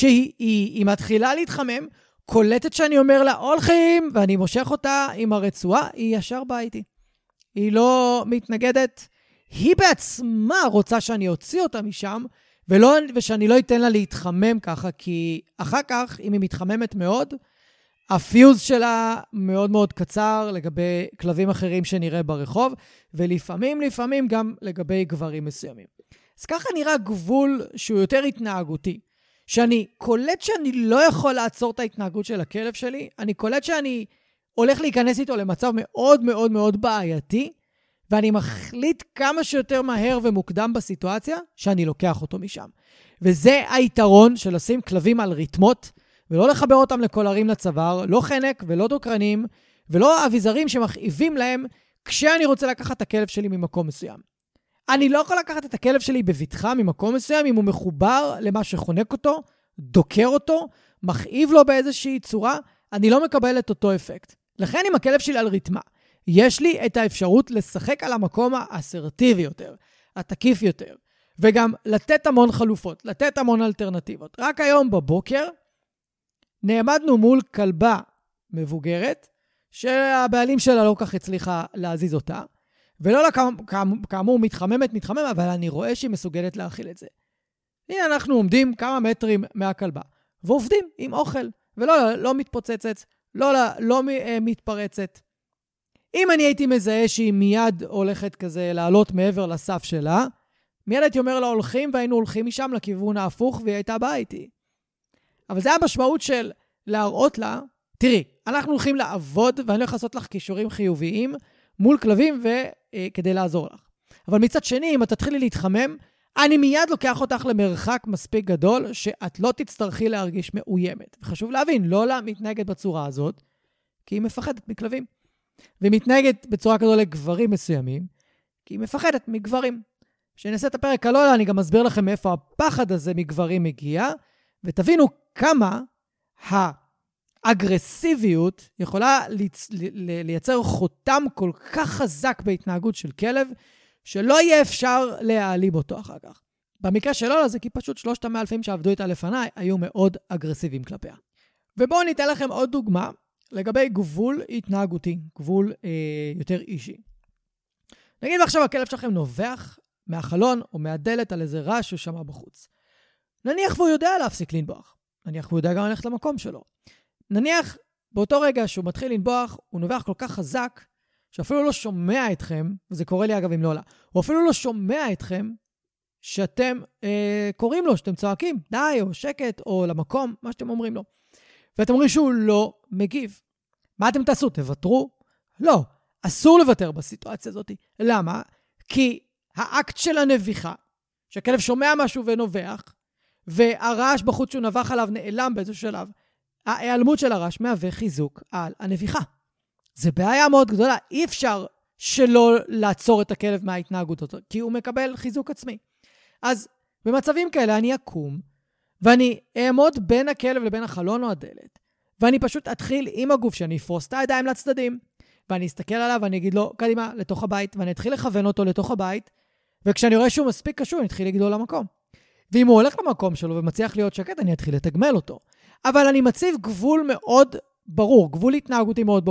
שהיא מתחילה להתחמם, קולטת שאני אומר לה, הולכים, ואני מושך אותה עם הרצועה, היא ישר באה איתי. היא לא מתנגדת, היא בעצמה רוצה שאני אוציא אותה משם, ושאני לא אתן לה להתחמם ככה, כי אחר כך, אם היא מתחממת מאוד, הפיוז שלה מאוד מאוד קצר לגבי כלבים אחרים שנראה ברחוב, ולפעמים גם לגבי גברים מסוימים. אז ככה נראה גבול שהוא יותר התנהגותי, שאני קולט שאני לא יכול לעצור את ההתנהגות של הכלב שלי, אני קולט שאני הולך להיכנס איתו למצב מאוד מאוד מאוד בעייתי, ואני מחליט כמה שיותר מהר ומוקדם בסיטואציה, שאני לוקח אותו משם. וזה היתרון של לשים כלבים על ריתמות, ולא לחבר אותם לקולרים לצוואר, לא חנק ולא דוקרנים, ולא אביזרים שמכאיבים להם, כשאני רוצה לקחת את הכלב שלי ממקום מסוים. אני לא יכול לקחת את הכלב שלי בבטחה ממקום מסוים, אם הוא מחובר למה שחונק אותו, דוקר אותו, מכאיב לו באיזושהי צורה, אני לא מקבל את אותו אפקט. לכן עם הכלב שלי על ריתמה, יש לי את האפשרות לשחק על המקום האסרטיבי יותר, התקיף יותר, וגם לתת המון חלופות, לתת המון אלטרנטיבות. רק היום בבוקר, נעמדנו מול כלבה מבוגרת, שהבעלים שלה לא כך הצליחה להזיז אותה, ולא כאמור מתחממת, אבל אני רואה שהיא מסוגלת להאכיל את זה. הנה אנחנו עומדים כמה מטרים מהכלבה, ועובדים עם אוכל, ולא מתפוצצת, לא מתפרצת. אם אני הייתי מזהה שהיא מיד הולכת כזה לעלות מעבר לסף שלה, מיד הייתי אומר לה הולכים, והיינו הולכים משם לכיוון ההפוך, והיא הייתה באה איתי. אבל זה המשמעות של להראות לה, תראי, אנחנו הולכים לעבוד, ואני הולך לעשות לך קישורים חיוביים מול כלבים כדי לעזור לך. אבל מצד שני, אם את תתחילי להתחמם, אני מיד לוקח אותך למרחק מספיק גדול, שאת לא תצטרכי להרגיש מאוימת. וחשוב להבין, לא מתנהגת בצורה הזאת, כי היא מפחדת מכלבים. והיא מתנהגת בצורה כזו לגברים מסוימים, כי היא מפחדת מגברים. כשנעשה את הפרק הלולה, אני גם אסביר לכם מאיפה הפחד הזה מגברים מגיע, ותבינו כמה האגרסיביות יכולה לייצר חותם כל כך חזק בהתנהגות של כלב, שלא יהיה אפשר להעלים אותו אחר כך. במקרה של לולה זה כי פשוט 3 המאלפים שעבדו איתה לפניי היו מאוד אגרסיביים כלפיה. ובואו ניתן לכם עוד דוגמה לגבי גבול התנהגותי, גבול יותר אישי. נגיד עכשיו הכלב שלכם נובח מהחלון או מהדלת על איזה רעש שהוא שמע בחוץ. נניח והוא יודע להפסיק לנבוח. נניח והוא יודע גם ללכת למקום שלו. נניח באותו רגע שהוא מתחיל לנבוח, הוא נובח כל כך חזק, שאפילו לא שומע אתכם, וזה קורה לי אגב עם לולה, הוא אפילו לא שומע אתכם, שאתם קוראים לו, שאתם צועקים, די, או שקט, או למקום, מה שאתם אומרים לו. ואתם אומרים שהוא לא מגיב. מה אתם תעשו? תוותרו? לא, אסור לוותר בסיטואציה הזאת. למה? כי האקט של הנביחה, שהכלב שומע משהו ונובח, והרעש בחוץ שהוא נבח עליו נעלם באיזשהו שלב, ההיעלמות של הרעש מהווה חיזוק על הנביחה. זה בעיה מאוד גדולה, אי אפשר שלא לעצור את הכלב מההתנהגות הזאת, כי הוא מקבל חיזוק עצמי. אז במצבים כאלה אני אקום, ואני אעמוד בין הכלב לבין החלון או הדלת, ואני פשוט אתחיל עם הגוף שאני אפרוס את הידיים לצדדים, ואני אסתכל עליו ואני אגיד לו קדימה לתוך הבית, ואני אתחיל לכוון אותו לתוך הבית, וכשאני רואה שהוא מספיק קשור, אני אתחיל לגדול למקום. ואם הוא הולך למקום שלו ומצליח להיות שקט, אני אתחיל לתגמל אותו. אבל אני מציב גבול מאוד ברור, גבול התנהגותי מאוד ברור.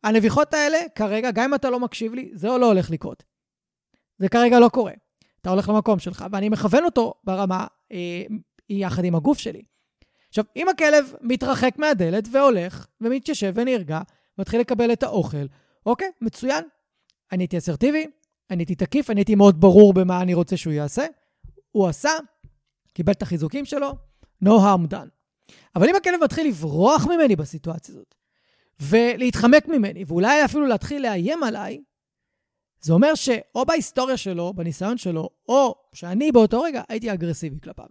הנביחות האלה, כרגע, גם אם אתה לא מקשיב לי, זה לא הולך לקרות. זה כרגע לא קורה. אתה הולך למקום שלך, ואני מכוון אותו ברמה יחד עם הגוף שלי. עכשיו, אם הכלב מתרחק מהדלת והולך, ומתיישב ונרגע, מתחיל לקבל את האוכל, אוקיי, מצוין. אני הייתי אסרטיבי, אני הייתי תקיף, אני הייתי מאוד ברור במה אני רוצה שהוא יעשה. הוא עשה, קיבל את החיזוקים שלו, no harm done. אבל אם הכלב מתחיל לברוח ממני בסיטואציה הזאת, ולהתחמק ממני, ואולי אפילו להתחיל לאיים עליי, זה אומר שאו בהיסטוריה שלו, בניסיון שלו, או שאני באותו רגע הייתי אגרסיבי כלפיו.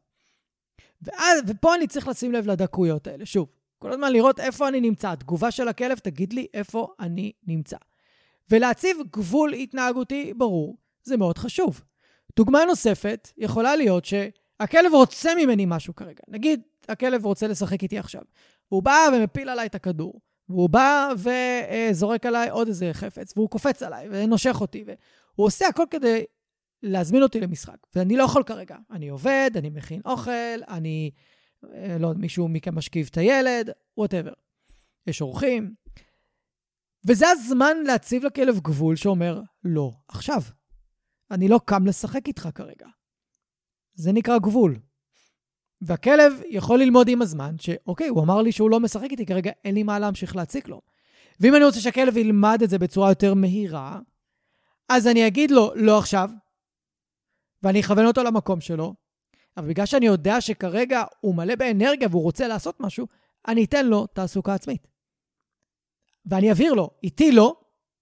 ופה אני צריך לשים לב לדקויות האלה. שוב, כל הזמן לראות איפה אני נמצא. התגובה של הכלב תגיד לי איפה אני נמצא. ולהציב גבול התנהגותי ברור, זה מאוד חשוב. דוגמה נוספת יכולה להיות שהכלב רוצה ממני משהו כרגע. נגיד, הכלב רוצה לשחק איתי עכשיו. הוא בא ומפיל עליי את הכדור. והוא בא וזורק עליי עוד איזה חפץ. והוא קופץ עליי ונושך אותי. והוא עושה הכל כדי להזמין אותי למשחק. ואני לא יכול כרגע. אני עובד, אני מכין אוכל, אני, לא, מישהו מכם משכיב את הילד, whatever. יש אורחים. וזה הזמן להציב לכלב גבול שאומר, לא, עכשיו. אני לא קם לשחק איתך כרגע. זה נקרא גבול. והכלב יכול ללמוד עם הזמן שאוקיי, הוא אמר לי שהוא לא משחק איתי, כרגע אין לי מה להמשיך להציק לו. ואם אני רוצה שהכלב ילמד את זה בצורה יותר מהירה, אז אני אגיד לו, לא עכשיו, ואני אכוון אותו למקום שלו, אבל בגלל שאני יודע שכרגע הוא מלא באנרגיה והוא רוצה לעשות משהו, אני אתן לו תעסוקה עצמית. ואני אעביר לו, איתי לא,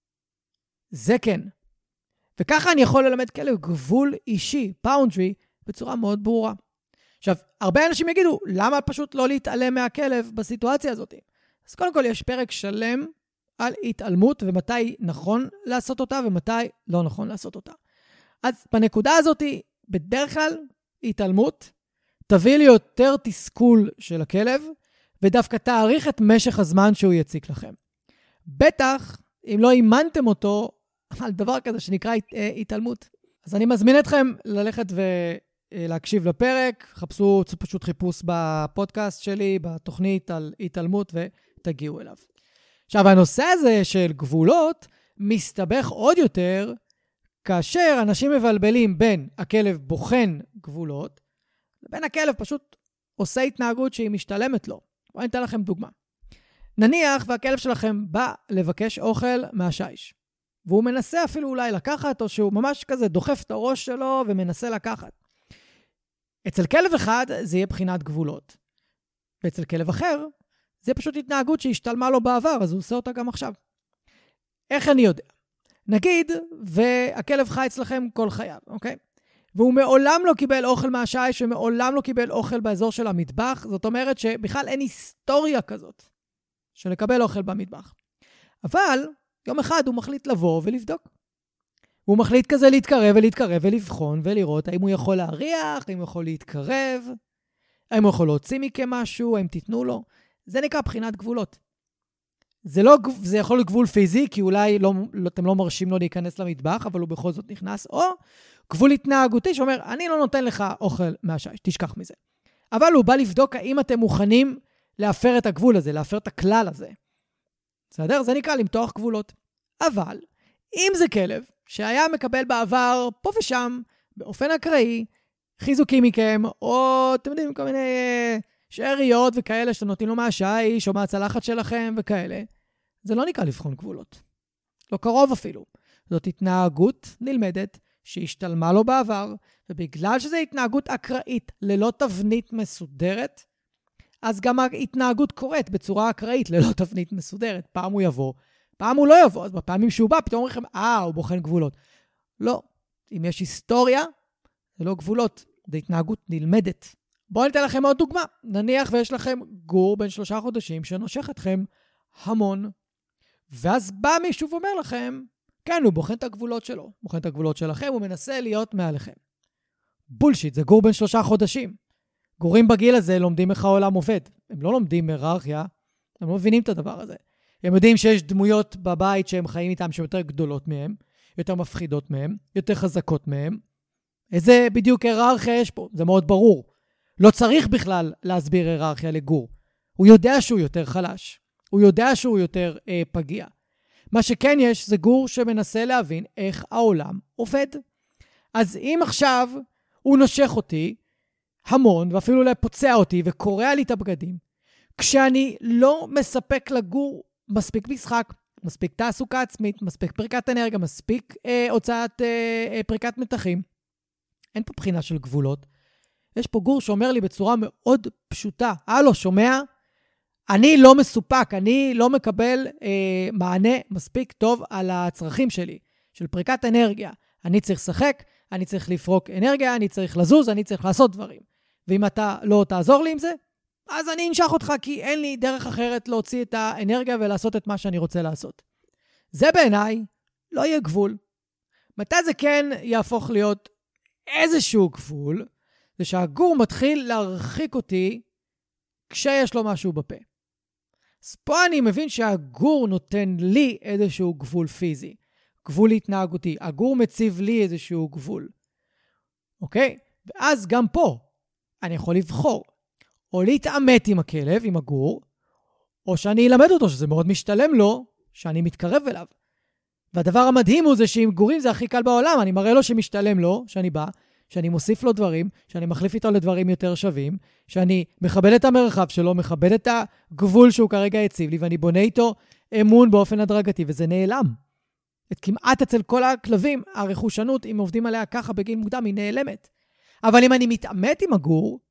זה כן. וככה אני יכול ללמד כלב גבול אישי, boundary, בצורה מאוד ברורה. עכשיו, הרבה אנשים יגידו, למה פשוט לא להתעלם מהכלב בסיטואציה הזאת? אז קודם כל יש פרק שלם על התעלמות, ומתי נכון לעשות אותה, ומתי לא נכון לעשות אותה. אז בנקודה הזאת, בדרך כלל, התעלמות תביא לי יותר תסכול של הכלב, ודווקא תאריך את משך הזמן שהוא יציק לכם. בטח, אם לא אימנתם אותו על דבר כזה שנקרא התעלמות. אז אני מזמין אתכם ללכת ולהקשיב לפרק, חפשו פשוט חיפוש בפודקאסט שלי, בתוכנית על התעלמות, ותגיעו אליו. עכשיו, הנושא הזה של גבולות מסתבך עוד יותר, כאשר אנשים מבלבלים בין הכלב בוחן גבולות, לבין הכלב פשוט עושה התנהגות שהיא משתלמת לו. בואו ניתן לכם דוגמה. נניח והכלב שלכם בא לבקש אוכל מהשיש, והוא מנסה אפילו אולי לקחת, או שהוא ממש כזה דוחף את הראש שלו ומנסה לקחת. אצל כלב אחד זה יהיה בחינת גבולות, ואצל כלב אחר זה פשוט התנהגות שהשתלמה לו בעבר, אז הוא עושה אותה גם עכשיו. איך אני יודע? נגיד, והכלב חי אצלכם כל חייו, אוקיי? והוא מעולם לא קיבל אוכל מהשיש, ומעולם לא קיבל אוכל באזור של המטבח, זאת אומרת שבכלל אין היסטוריה כזאת של לקבל אוכל במטבח. אבל יום אחד הוא מחליט לבוא ולבדוק. הוא מחליט כזה להתקרב ולבחון ולראות האם הוא יכול להריח, האם הוא יכול להתקרב, האם הוא יכול להוציא מכם משהו, האם תיתנו לו. זה נקרא בחינת גבולות. זה יכול להיות גבול פיזי, כי אולי אתם לא מרשים לו להיכנס למטבח, אבל הוא בכל זאת נכנס, או גבול התנהגותי שאומר, אני לא נותן לך אוכל מהשיש, תשכח מזה. אבל הוא בא לבדוק האם אתם מוכנים להפר את הגבול הזה, להפר את הכלל הזה. בסדר? זה נקרא למתוח גבולות. אבל, אם זה כלב שהיה מקבל בעבר פה ושם, באופן אקראי, חיזוקים מכם, או אתם יודעים, כל מיני שאריות וכאלה שאתם נותנים לו מהשיש, או מהצלחת שלכם וכאלה, זה לא נקרא לבחון גבולות. לא קרוב אפילו. זאת התנהגות נלמדת שהשתלמה לו בעבר, ובגלל שזו התנהגות אקראית ללא תבנית מסודרת, אז גם ההתנהגות קורית בצורה אקראית ללא תבנית מסודרת. פעם הוא יבוא, פעם הוא לא יבוא, אז בפעמים שהוא בא, פתאום אומרים לכם, הוא בוחן גבולות. לא. אם יש היסטוריה, זה לא גבולות, זה התנהגות נלמדת. בואו ניתן לכם עוד דוגמה. נניח ויש לכם גור בן 3 חודשים שנושך אתכם המון, ואז בא מישהו ואומר לכם, כן, הוא בוחן את הגבולות שלו. בוחן את הגבולות שלכם, הוא מנסה להיות מעליכם. בולשיט, זה גור בן 3 חודשים. גורים בגיל הזה לומדים איך העולם עובד. הם לא לומדים היררכיה, הם לא מבינים את הדבר הזה. הם יודעים שיש דמויות בבית שהם חיים איתם שהן יותר גדולות מהם, יותר מפחידות מהם, יותר חזקות מהם. איזה בדיוק היררכיה יש פה? זה מאוד ברור. לא צריך בכלל להסביר היררכיה לגור. הוא יודע שהוא יותר חלש. הוא יודע שהוא יותר פגיע. מה שכן יש זה גור שמנסה להבין איך העולם עובד. אז אם עכשיו הוא נושך אותי המון, ואפילו פוצע אותי וקורע לי את הבגדים, כשאני לא מספק לגור מספיק משחק, מספיק תעסוקה עצמית, מספיק פריקת אנרגיה, מספיק הוצאת פריקת מתחים, אין פה בחינה של גבולות. יש פה גור שאומר לי בצורה מאוד פשוטה, הלו, שומע? אני לא מסופק, אני לא מקבל מענה מספיק טוב על הצרכים שלי, של פריקת אנרגיה. אני צריך לשחק, אני צריך לפרוק אנרגיה, אני צריך לזוז, אני צריך לעשות דברים. ואם אתה לא תעזור לי עם זה, אז אני אנשך אותך, כי אין לי דרך אחרת להוציא את האנרגיה ולעשות את מה שאני רוצה לעשות. זה בעיניי לא יהיה גבול. מתי זה כן יהפוך להיות איזשהו גבול? זה שהגור מתחיל להרחיק אותי כשיש לו משהו בפה. אז פה אני מבין שהגור נותן לי איזשהו גבול פיזי, גבול התנהגותי. הגור מציב לי איזשהו גבול. אוקיי? ואז גם פה אני יכול לבחור, או להתעמת עם הכלב, עם הגור, או שאני אלמד אותו שזה מאוד משתלם לו, שאני מתקרב אליו. והדבר המדהים הוא זה שעם גורים זה הכי קל בעולם. אני מראה לו שמשתלם לו, שאני בא, שאני מוסיף לו דברים, שאני מחליף איתו לדברים יותר שווים, שאני מכבד את המרחב שלו, מכבד את הגבול שהוא כרגע הציב לי, ואני בונה איתו אמון באופן הדרגתי, וזה נעלם. כמעט אצל כל הכלבים, הרכושנות, אם עובדים עליה ככה בגיל מוקדם, היא נעלמת. אבל אם אני מתעמת עם הגור,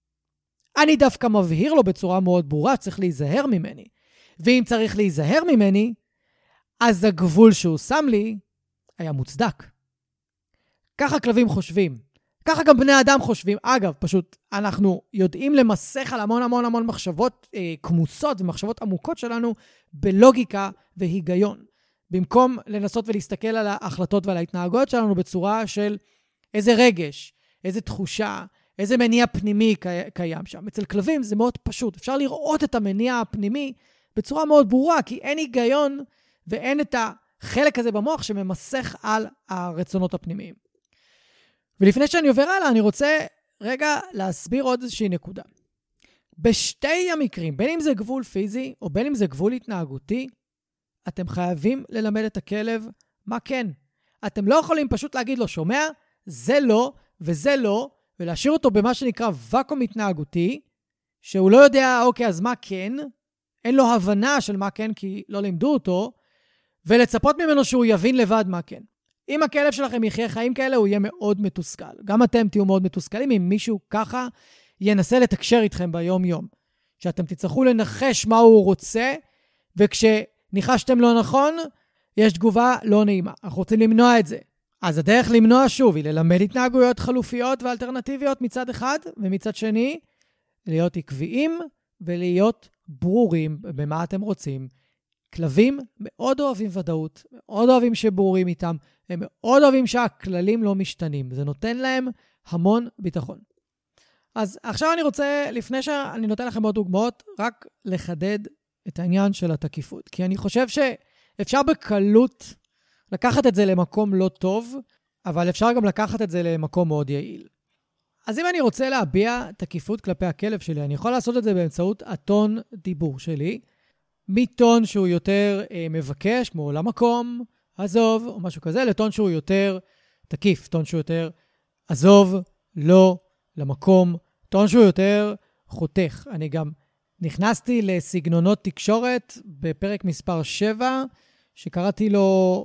אני דווקא מבהיר לו בצורה מאוד ברורה, צריך להיזהר ממני. ואם צריך להיזהר ממני, אז הגבול שהוא שם לי היה מוצדק. ככה כלבים חושבים. ככה גם בני אדם חושבים. אגב, פשוט אנחנו יודעים למסך על המון המון המון מחשבות כמוסות ומחשבות עמוקות שלנו בלוגיקה והיגיון. במקום לנסות ולהסתכל על ההחלטות ועל ההתנהגות שלנו בצורה של איזה רגש, איזה תחושה, איזה מניע פנימי קיים שם. אצל כלבים זה מאוד פשוט. אפשר לראות את המניע הפנימי בצורה מאוד ברורה, כי אין היגיון ואין את החלק הזה במוח שממסך על הרצונות הפנימיים. ולפני שאני עובר הלאה, אני רוצה רגע להסביר עוד איזושהי נקודה. בשתי המקרים, בין אם זה גבול פיזי או בין אם זה גבול התנהגותי, אתם חייבים ללמד את הכלב מה כן. אתם לא יכולים פשוט להגיד לו, שומע, זה לא וזה לא, ולהשאיר אותו במה שנקרא וקום התנהגותי, שהוא לא יודע, אוקיי, אז מה כן? אין לו הבנה של מה כן, כי לא לימדו אותו, ולצפות ממנו שהוא יבין לבד מה כן. אם הכלב שלכם יחיה חיים כאלה, הוא יהיה מאוד מתוסכל. גם אתם תהיו מאוד מתוסכלים אם מישהו ככה ינסה לתקשר איתכם ביום יום. שאתם תצטרכו לנחש מה הוא רוצה, וכשניחשתם לא נכון, יש תגובה לא נעימה. אנחנו רוצים למנוע את זה. אז הדרך למנוע שוב היא ללמד התנהגויות חלופיות ואלטרנטיביות מצד אחד, ומצד שני, להיות עקביים ולהיות ברורים במה אתם רוצים. כלבים מאוד אוהבים ודאות, מאוד אוהבים שברורים איתם, הם מאוד אוהבים שהכללים לא משתנים. זה נותן להם המון ביטחון. אז עכשיו אני רוצה, לפני שאני נותן לכם עוד דוגמאות, רק לחדד את העניין של התקיפות. כי אני חושב שאפשר בקלות לקחת את זה למקום לא טוב, אבל אפשר גם לקחת את זה למקום מאוד יעיל. אז אם אני רוצה להביע תקיפות כלפי הכלב שלי, אני יכול לעשות את זה באמצעות הטון דיבור שלי, מטון שהוא יותר מבקש, כמו למקום, עזוב, או משהו כזה, לטון שהוא יותר תקיף, טון שהוא יותר עזוב, לא, למקום, טון שהוא יותר חותך. אני גם נכנסתי לסגנונות תקשורת בפרק מספר 7, שקראתי לו,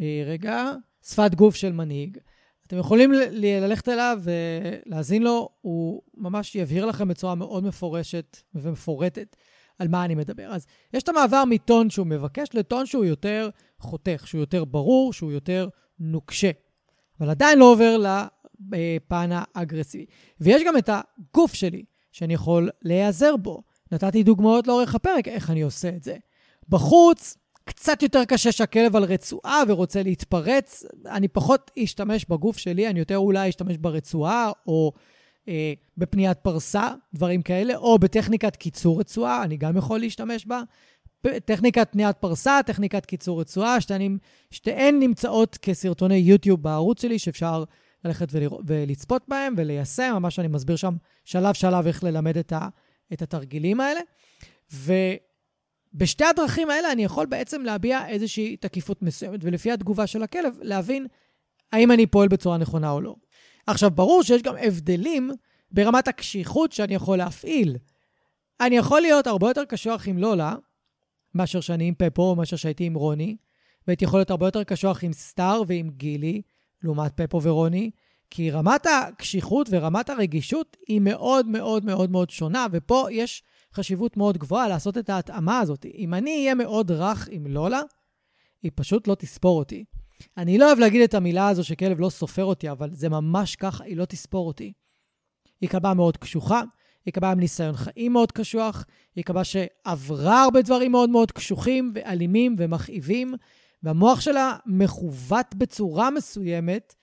שפת גוף של מנהיג. אתם יכולים ללכת אליו ולהזין לו, הוא ממש יבהיר לכם בצורה מאוד מפורשת ומפורטת על מה אני מדבר. אז יש את המעבר מטון שהוא מבקש לטון שהוא יותר חותך, שהוא יותר ברור, שהוא יותר נוקשה. אבל עדיין לא עובר לפן האגרסיבי. ויש גם את הגוף שלי שאני יכול להיעזר בו. נתתי דוגמאות לאורך הפרק איך אני עושה את זה. בחוץ קצת יותר קשה שהכלב על רצועה ורוצה להתפרץ. אני פחות אשתמש בגוף שלי, אני יותר אולי אשתמש ברצועה או בפניית פרסה, דברים כאלה, או בטכניקת קיצור רצועה, אני גם יכול להשתמש בה. טכניקת פניית פרסה, טכניקת קיצור רצועה, שתיהן נמצאות כסרטוני יוטיוב בערוץ שלי, שאפשר ללכת ולצפות בהם וליישם, ממש אני מסביר שם שלב שלב איך ללמד את התרגילים האלה. בשתי הדרכים האלה אני יכול בעצם להביע איזושהי תקיפות מסוימת, ולפי התגובה של הכלב להבין האם אני פועל בצורה נכונה או לא. עכשיו, ברור שיש גם הבדלים ברמת הקשיחות שאני יכול להפעיל. אני יכול להיות הרבה יותר קשוח עם לולה, מאשר שאני עם פפו, או מאשר שהייתי עם רוני, והייתי יכול להיות הרבה יותר קשוח עם סטאר ועם גילי, לעומת פפו ורוני, כי רמת הקשיחות ורמת הרגישות היא מאוד מאוד מאוד מאוד שונה, ופה יש חשיבות מאוד גבוהה לעשות את ההתאמה הזאת. אם אני אהיה מאוד רך עם לולה, היא פשוט לא תספור אותי. אני לא אוהב להגיד את המילה הזו שכלב לא סופר אותי, אבל זה ממש ככה, היא לא תספור אותי. היא כלבה מאוד קשוחה, היא כלבה עם ניסיון חיים מאוד קשוח, היא כלבה שעברה הרבה דברים מאוד מאוד קשוחים ואלימים ומכאיבים, והמוח שלה מכוות בצורה מסוימת,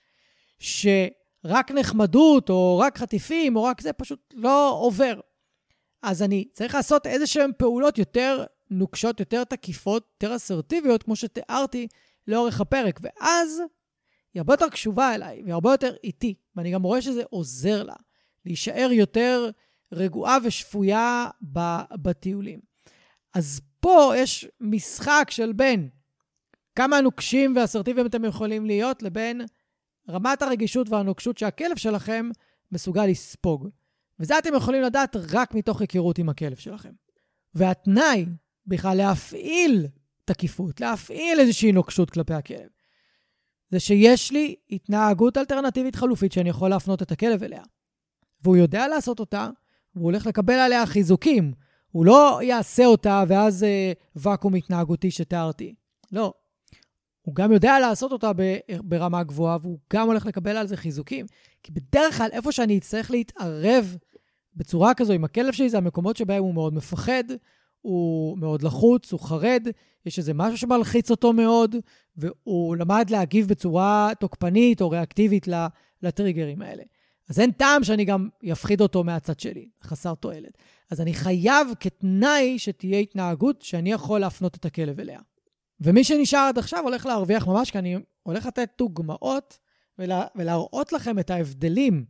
שרק נחמדות או רק חטיפים או רק זה פשוט לא עובר. אז אני צריך לעשות איזשהם פעולות יותר נוקשות, יותר תקיפות, יותר אסרטיביות, כמו שתיארתי לאורך הפרק, ואז היא הרבה יותר קשובה אליי, והיא הרבה יותר איטי, ואני גם רואה שזה עוזר לה, להישאר יותר רגועה ושפויה בטיולים. אז פה יש משחק של בין כמה נוקשים ואסרטיביים אתם יכולים להיות, לבין רמת הרגישות והנוקשות שהכלב שלכם מסוגל לספוג. וזה אתם יכולים לדעת רק מתוך היכרות עם הכלב שלכם. והתנאי בכלל להפעיל תקיפות, להפעיל איזושהי נוקשות כלפי הכלב, זה שיש לי התנהגות אלטרנטיבית חלופית שאני יכול להפנות את הכלב אליה. והוא יודע לעשות אותה, והוא הולך לקבל עליה חיזוקים. הוא לא יעשה אותה ואז וקום התנהגותי שתיארתי. לא. הוא גם יודע לעשות אותה ברמה גבוהה, והוא גם הולך לקבל על זה חיזוקים. כי בדרך כלל, איפה שאני אצטרך להתערב בצורה כזו עם הכלב שלי, זה המקומות שבהם הוא מאוד מפחד, הוא מאוד לחוץ, הוא חרד, יש איזה משהו שמלחיץ אותו מאוד, והוא למד להגיב בצורה תוקפנית או ריאקטיבית לטריגרים האלה. אז אין טעם שאני גם יפחיד אותו מהצד שלי, חסר תועלת. אז אני חייב כתנאי שתהיה התנהגות שאני יכול להפנות את הכלב אליה. ומי שנשאר עד עכשיו הולך להרוויח ממש, כי אני הולך לתת דוגמאות ולהראות לכם את ההבדלים.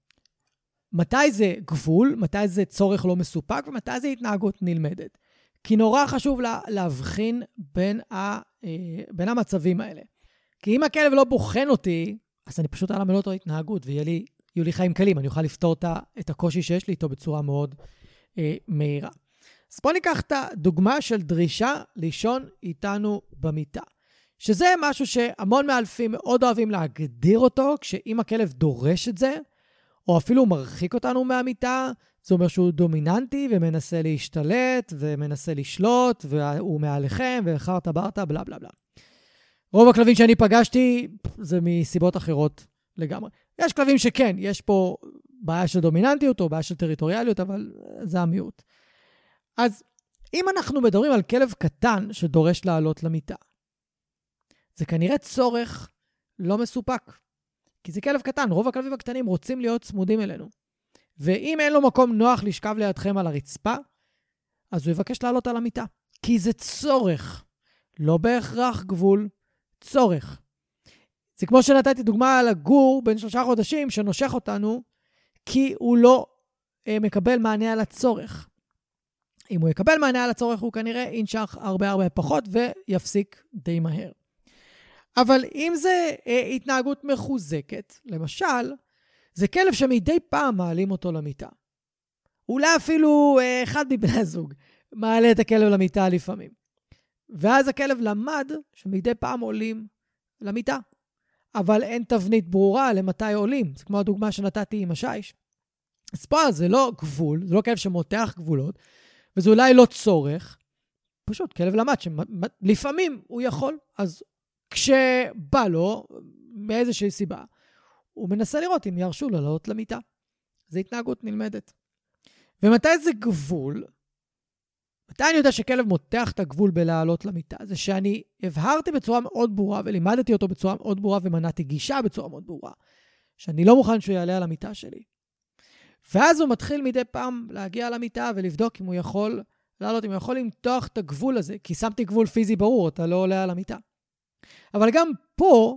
מתי זה גבול, מתי זה צורך לא מסופק, ומתי זה התנהגות נלמדת. כי נורא חשוב להבחין בין המצבים האלה. כי אם הכלב לא בוחן אותי, אז אני פשוט אלמד אותו התנהגות, ויהיו לי חיים קלים, אני אוכל לפתור את הקושי שיש לי איתו בצורה מאוד מהירה. אז בוא ניקח את הדוגמה של דרישה לישון איתנו במיטה. שזה משהו שהמון מאלפים מאוד אוהבים להגדיר אותו, כשאם הכלב דורש את זה, או אפילו מרחיק אותנו מהמיטה, זה אומר שהוא דומיננטי ומנסה להשתלט ומנסה לשלוט, והוא מעליכם וחרטה ברטה, בלה בלה בלה. רוב הכלבים שאני פגשתי זה מסיבות אחרות לגמרי. יש כלבים שכן, יש פה בעיה של דומיננטיות או בעיה של טריטוריאליות, אבל זה המיעוט. אז אם אנחנו מדברים על כלב קטן שדורש לעלות למיטה, זה כנראה צורך לא מסופק. כי זה כלב קטן, רוב הכלבים הקטנים רוצים להיות צמודים אלינו. ואם אין לו מקום נוח לשכב לידכם על הרצפה, אז הוא יבקש לעלות על המיטה. כי זה צורך, לא בהכרח גבול, צורך. זה כמו שנתתי דוגמה על הגור בן 3 חודשים שנושך אותנו, כי הוא לא מקבל מענה על הצורך. אם הוא יקבל מענה על הצורך, הוא כנראה ינשך הרבה פחות ויפסיק די מהר. אבל אם זה התנהגות מחוזקת, למשל, זה כלב שמדי פעם מעלים אותו למיטה. אולי אפילו אחד מבני הזוג מעלה את הכלב למיטה לפעמים. ואז הכלב למד שמדי פעם עולים למיטה. אבל אין תבנית ברורה למתי עולים. זה כמו הדוגמה שנתתי עם השיש. אז פה זה לא גבול, זה לא כלב שמותח גבולות, וזה אולי לא צורך. פשוט כלב למד שלפעמים הוא יכול, אז כשבא לו, מאיזושהי סיבה, הוא מנסה לראות אם ירשו לו לעלות למיטה. זו התנהגות נלמדת. ומתי זה גבול? מתי אני יודע שכלב מותח את הגבול בלעלות למיטה? זה שאני הבהרתי בצורה מאוד ברורה, ולימדתי אותו בצורה מאוד ברורה, ומנעתי גישה בצורה מאוד ברורה, שאני לא מוכן שהוא יעלה על המיטה שלי. ואז הוא מתחיל מדי פעם להגיע למיטה, ולבדוק אם הוא יכול לעלות, אם הוא יכול למתוח את הגבול הזה, כי שמתי גבול פיזי ברור, אתה לא עולה על המיטה. אבל גם פה,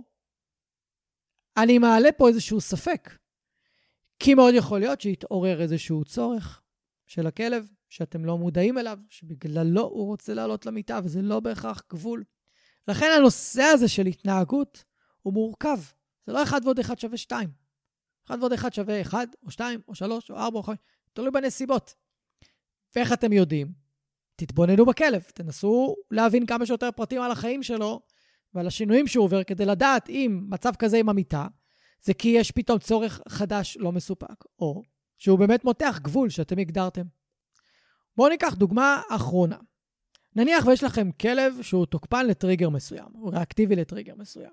אני מעלה פה איזשהו ספק. כי מאוד יכול להיות שיתעורר איזשהו צורך של הכלב, שאתם לא מודעים אליו, שבגללו הוא רוצה לעלות למיטה, וזה לא בהכרח גבול. לכן הנושא הזה של התנהגות הוא מורכב. זה לא 1 ועוד 1 שווה 2. 1 ועוד 1 שווה 1, או 2, או 3, או 4, או 5. תלוי בנסיבות. ואיך אתם יודעים? תתבוננו בכלב. תנסו להבין כמה שיותר פרטים על החיים שלו, ועל השינויים שהוא עובר, כדי לדעת אם מצב כזה עם המיטה, זה כי יש פתאום צורך חדש לא מסופק, או שהוא באמת מותח גבול שאתם הגדרתם. בואו ניקח דוגמה אחרונה. נניח ויש לכם כלב שהוא תוקפן לטריגר מסוים, הוא ריאקטיבי לטריגר מסוים.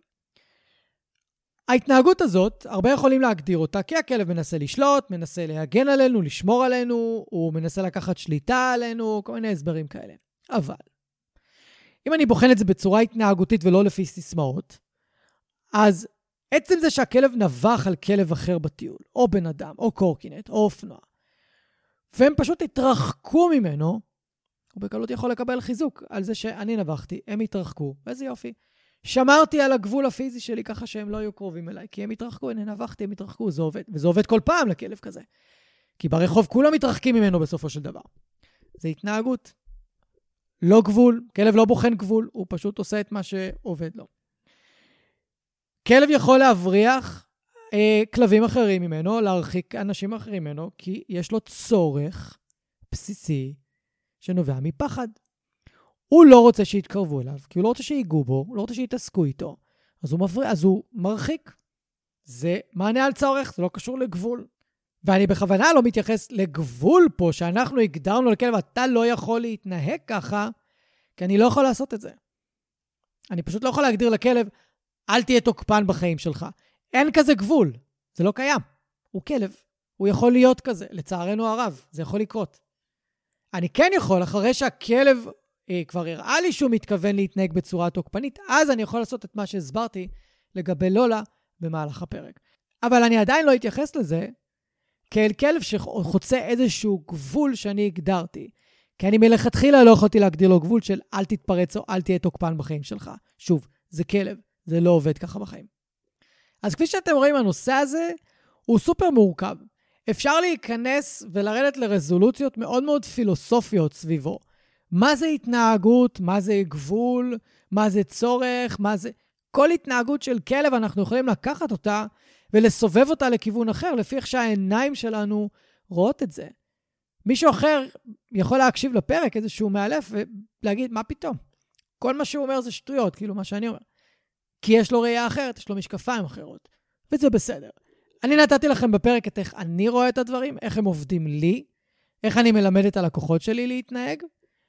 ההתנהגות הזאת, הרבה יכולים להגדיר אותה, כי הכלב מנסה לשלוט, מנסה להגן עלינו, לשמור עלינו, הוא מנסה לקחת שליטה עלינו, כל מיני הסברים כאלה. אבל, אם אני בוחן את זה בצורה התנהגותית ולא לפי סיסמאות, אז עצם זה שהכלב נבח על כלב אחר בטיול, או בן אדם, או קורקינט, או אופנוע, והם פשוט התרחקו ממנו, הוא בקלות יכול לקבל חיזוק על זה שאני נבחתי, הם התרחקו, ואיזה יופי. שמרתי על הגבול הפיזי שלי ככה שהם לא היו קרובים אליי, כי הם התרחקו, הנה נבחתי, הם התרחקו, זה עובד. וזה עובד כל פעם לכלב כזה. כי ברחוב כולם מתרחקים ממנו בסופו של דבר. זה התנהגות. לא גבול, כלב לא בוחן גבול, הוא פשוט עושה את מה שעובד לו. כלב יכול להבריח כלבים אחרים ממנו, להרחיק אנשים אחרים ממנו, כי יש לו צורך בסיסי שנובע מפחד. הוא לא רוצה שיתקרבו אליו, כי הוא לא רוצה שיגעו בו, הוא לא רוצה שיתעסקו איתו, אז הוא מרחיק. זה מענה על צורך, זה לא קשור לגבול. ואני בכוונה לא מתייחס לגבול פה, שאנחנו הגדרנו לכלב, אתה לא יכול להתנהג ככה, כי אני לא יכול לעשות את זה. אני פשוט לא יכול להגדיר לכלב, אל תהיה תוקפן בחיים שלך. אין כזה גבול, זה לא קיים. הוא כלב, הוא יכול להיות כזה, לצערנו הרב, זה יכול לקרות. אני כן יכול, אחרי שהכלב כבר הראה לי שהוא מתכוון להתנהג בצורה תוקפנית, אז אני יכול לעשות את מה שהסברתי לגבי לולה במהלך הפרק. אבל אני עדיין לא אתייחס לזה כאל כלב שחוצה איזשהו גבול שאני הגדרתי. כי אני מלכתחילה לא יכולתי להגדיר לו גבול של אל תתפרץ או אל תהיה תוקפן בחיים שלך. שוב, זה כלב, זה לא עובד ככה בחיים. אז כפי שאתם רואים, הנושא הזה הוא סופר מורכב. אפשר להיכנס ולרדת לרזולוציות מאוד מאוד פילוסופיות סביבו. מה זה התנהגות, מה זה גבול, מה זה צורך, מה זה... כל התנהגות של כלב אנחנו יכולים לקחת אותה ולסובב אותה לכיוון אחר, לפי איך שהעיניים שלנו רואות את זה. מישהו אחר יכול להקשיב לפרק איזשהו מאלף ולהגיד, מה פתאום? כל מה שהוא אומר זה שטויות, כאילו מה שאני אומר. כי יש לו ראייה אחרת, יש לו משקפיים אחרות. וזה בסדר. אני נתתי לכם בפרק את איך אני רואה את הדברים, איך הם עובדים לי, איך אני מלמד את הלקוחות שלי להתנהג,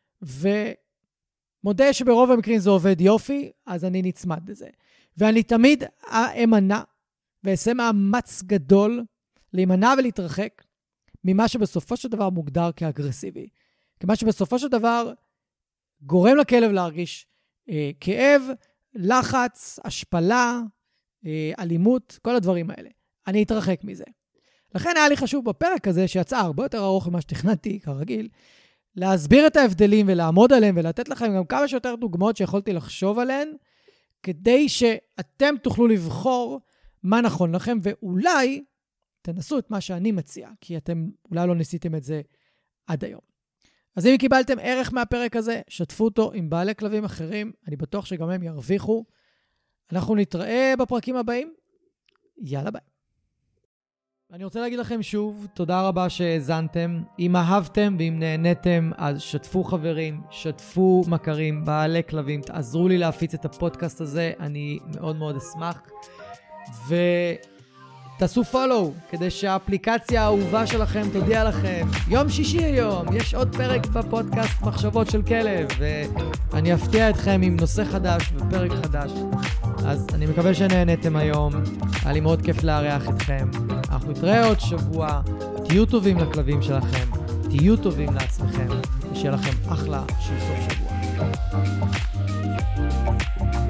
ומודה שברוב המקרים זה עובד יופי, אז אני נצמד לזה. ואני תמיד אמנע, ואעשה מאמץ גדול, להימנע ולהתרחק, ממה שבסופו של דבר מוגדר כאגרסיבי. כמה שבסופו של דבר גורם לכלב להרגיש כאב, לחץ, השפלה, אלימות, כל הדברים האלה. אני אתרחק מזה. לכן היה לי חשוב בפרק הזה, שיצא הרבה יותר ארוך ממה שתכננתי, כרגיל, להסביר את ההבדלים ולעמוד עליהם, ולתת לכם גם כמה שיותר דוגמאות שיכולתי לחשוב עליהן, כדי שאתם תוכלו לבחור מה נכון לכם, ואולי תנסו את מה שאני מציע, כי אתם אולי לא ניסיתם את זה עד היום. אז אם קיבלתם ערך מהפרק הזה, שתפו אותו עם בעלי כלבים אחרים, אני בטוח שגם הם ירוויחו. אנחנו נתראה בפרקים הבאים. יאללה ביי. אני רוצה להגיד לכם שוב, תודה רבה שהזנתם. אם אהבתם ואם נהניתם, אז שתפו חברים, שתפו מכרים, בעלי כלבים, תעזרו לי להפיץ את הפודקאסט הזה, אני מאוד מאוד אשמח. ותעשו פולו, כדי שהאפליקציה האהובה שלכם תודיע לכם. יום שישי היום, יש עוד פרק בפודקאסט מחשבות של כלב, ואני אפתיע אתכם עם נושא חדש ופרק חדש. אז אני מקווה שנהניתם היום, היה לי מאוד כיף לארח אתכם. אנחנו נתראה עוד שבוע, תהיו טובים לכלבים שלכם, תהיו טובים לעצמכם, ושיהיה לכם אחלה של סוף שבוע.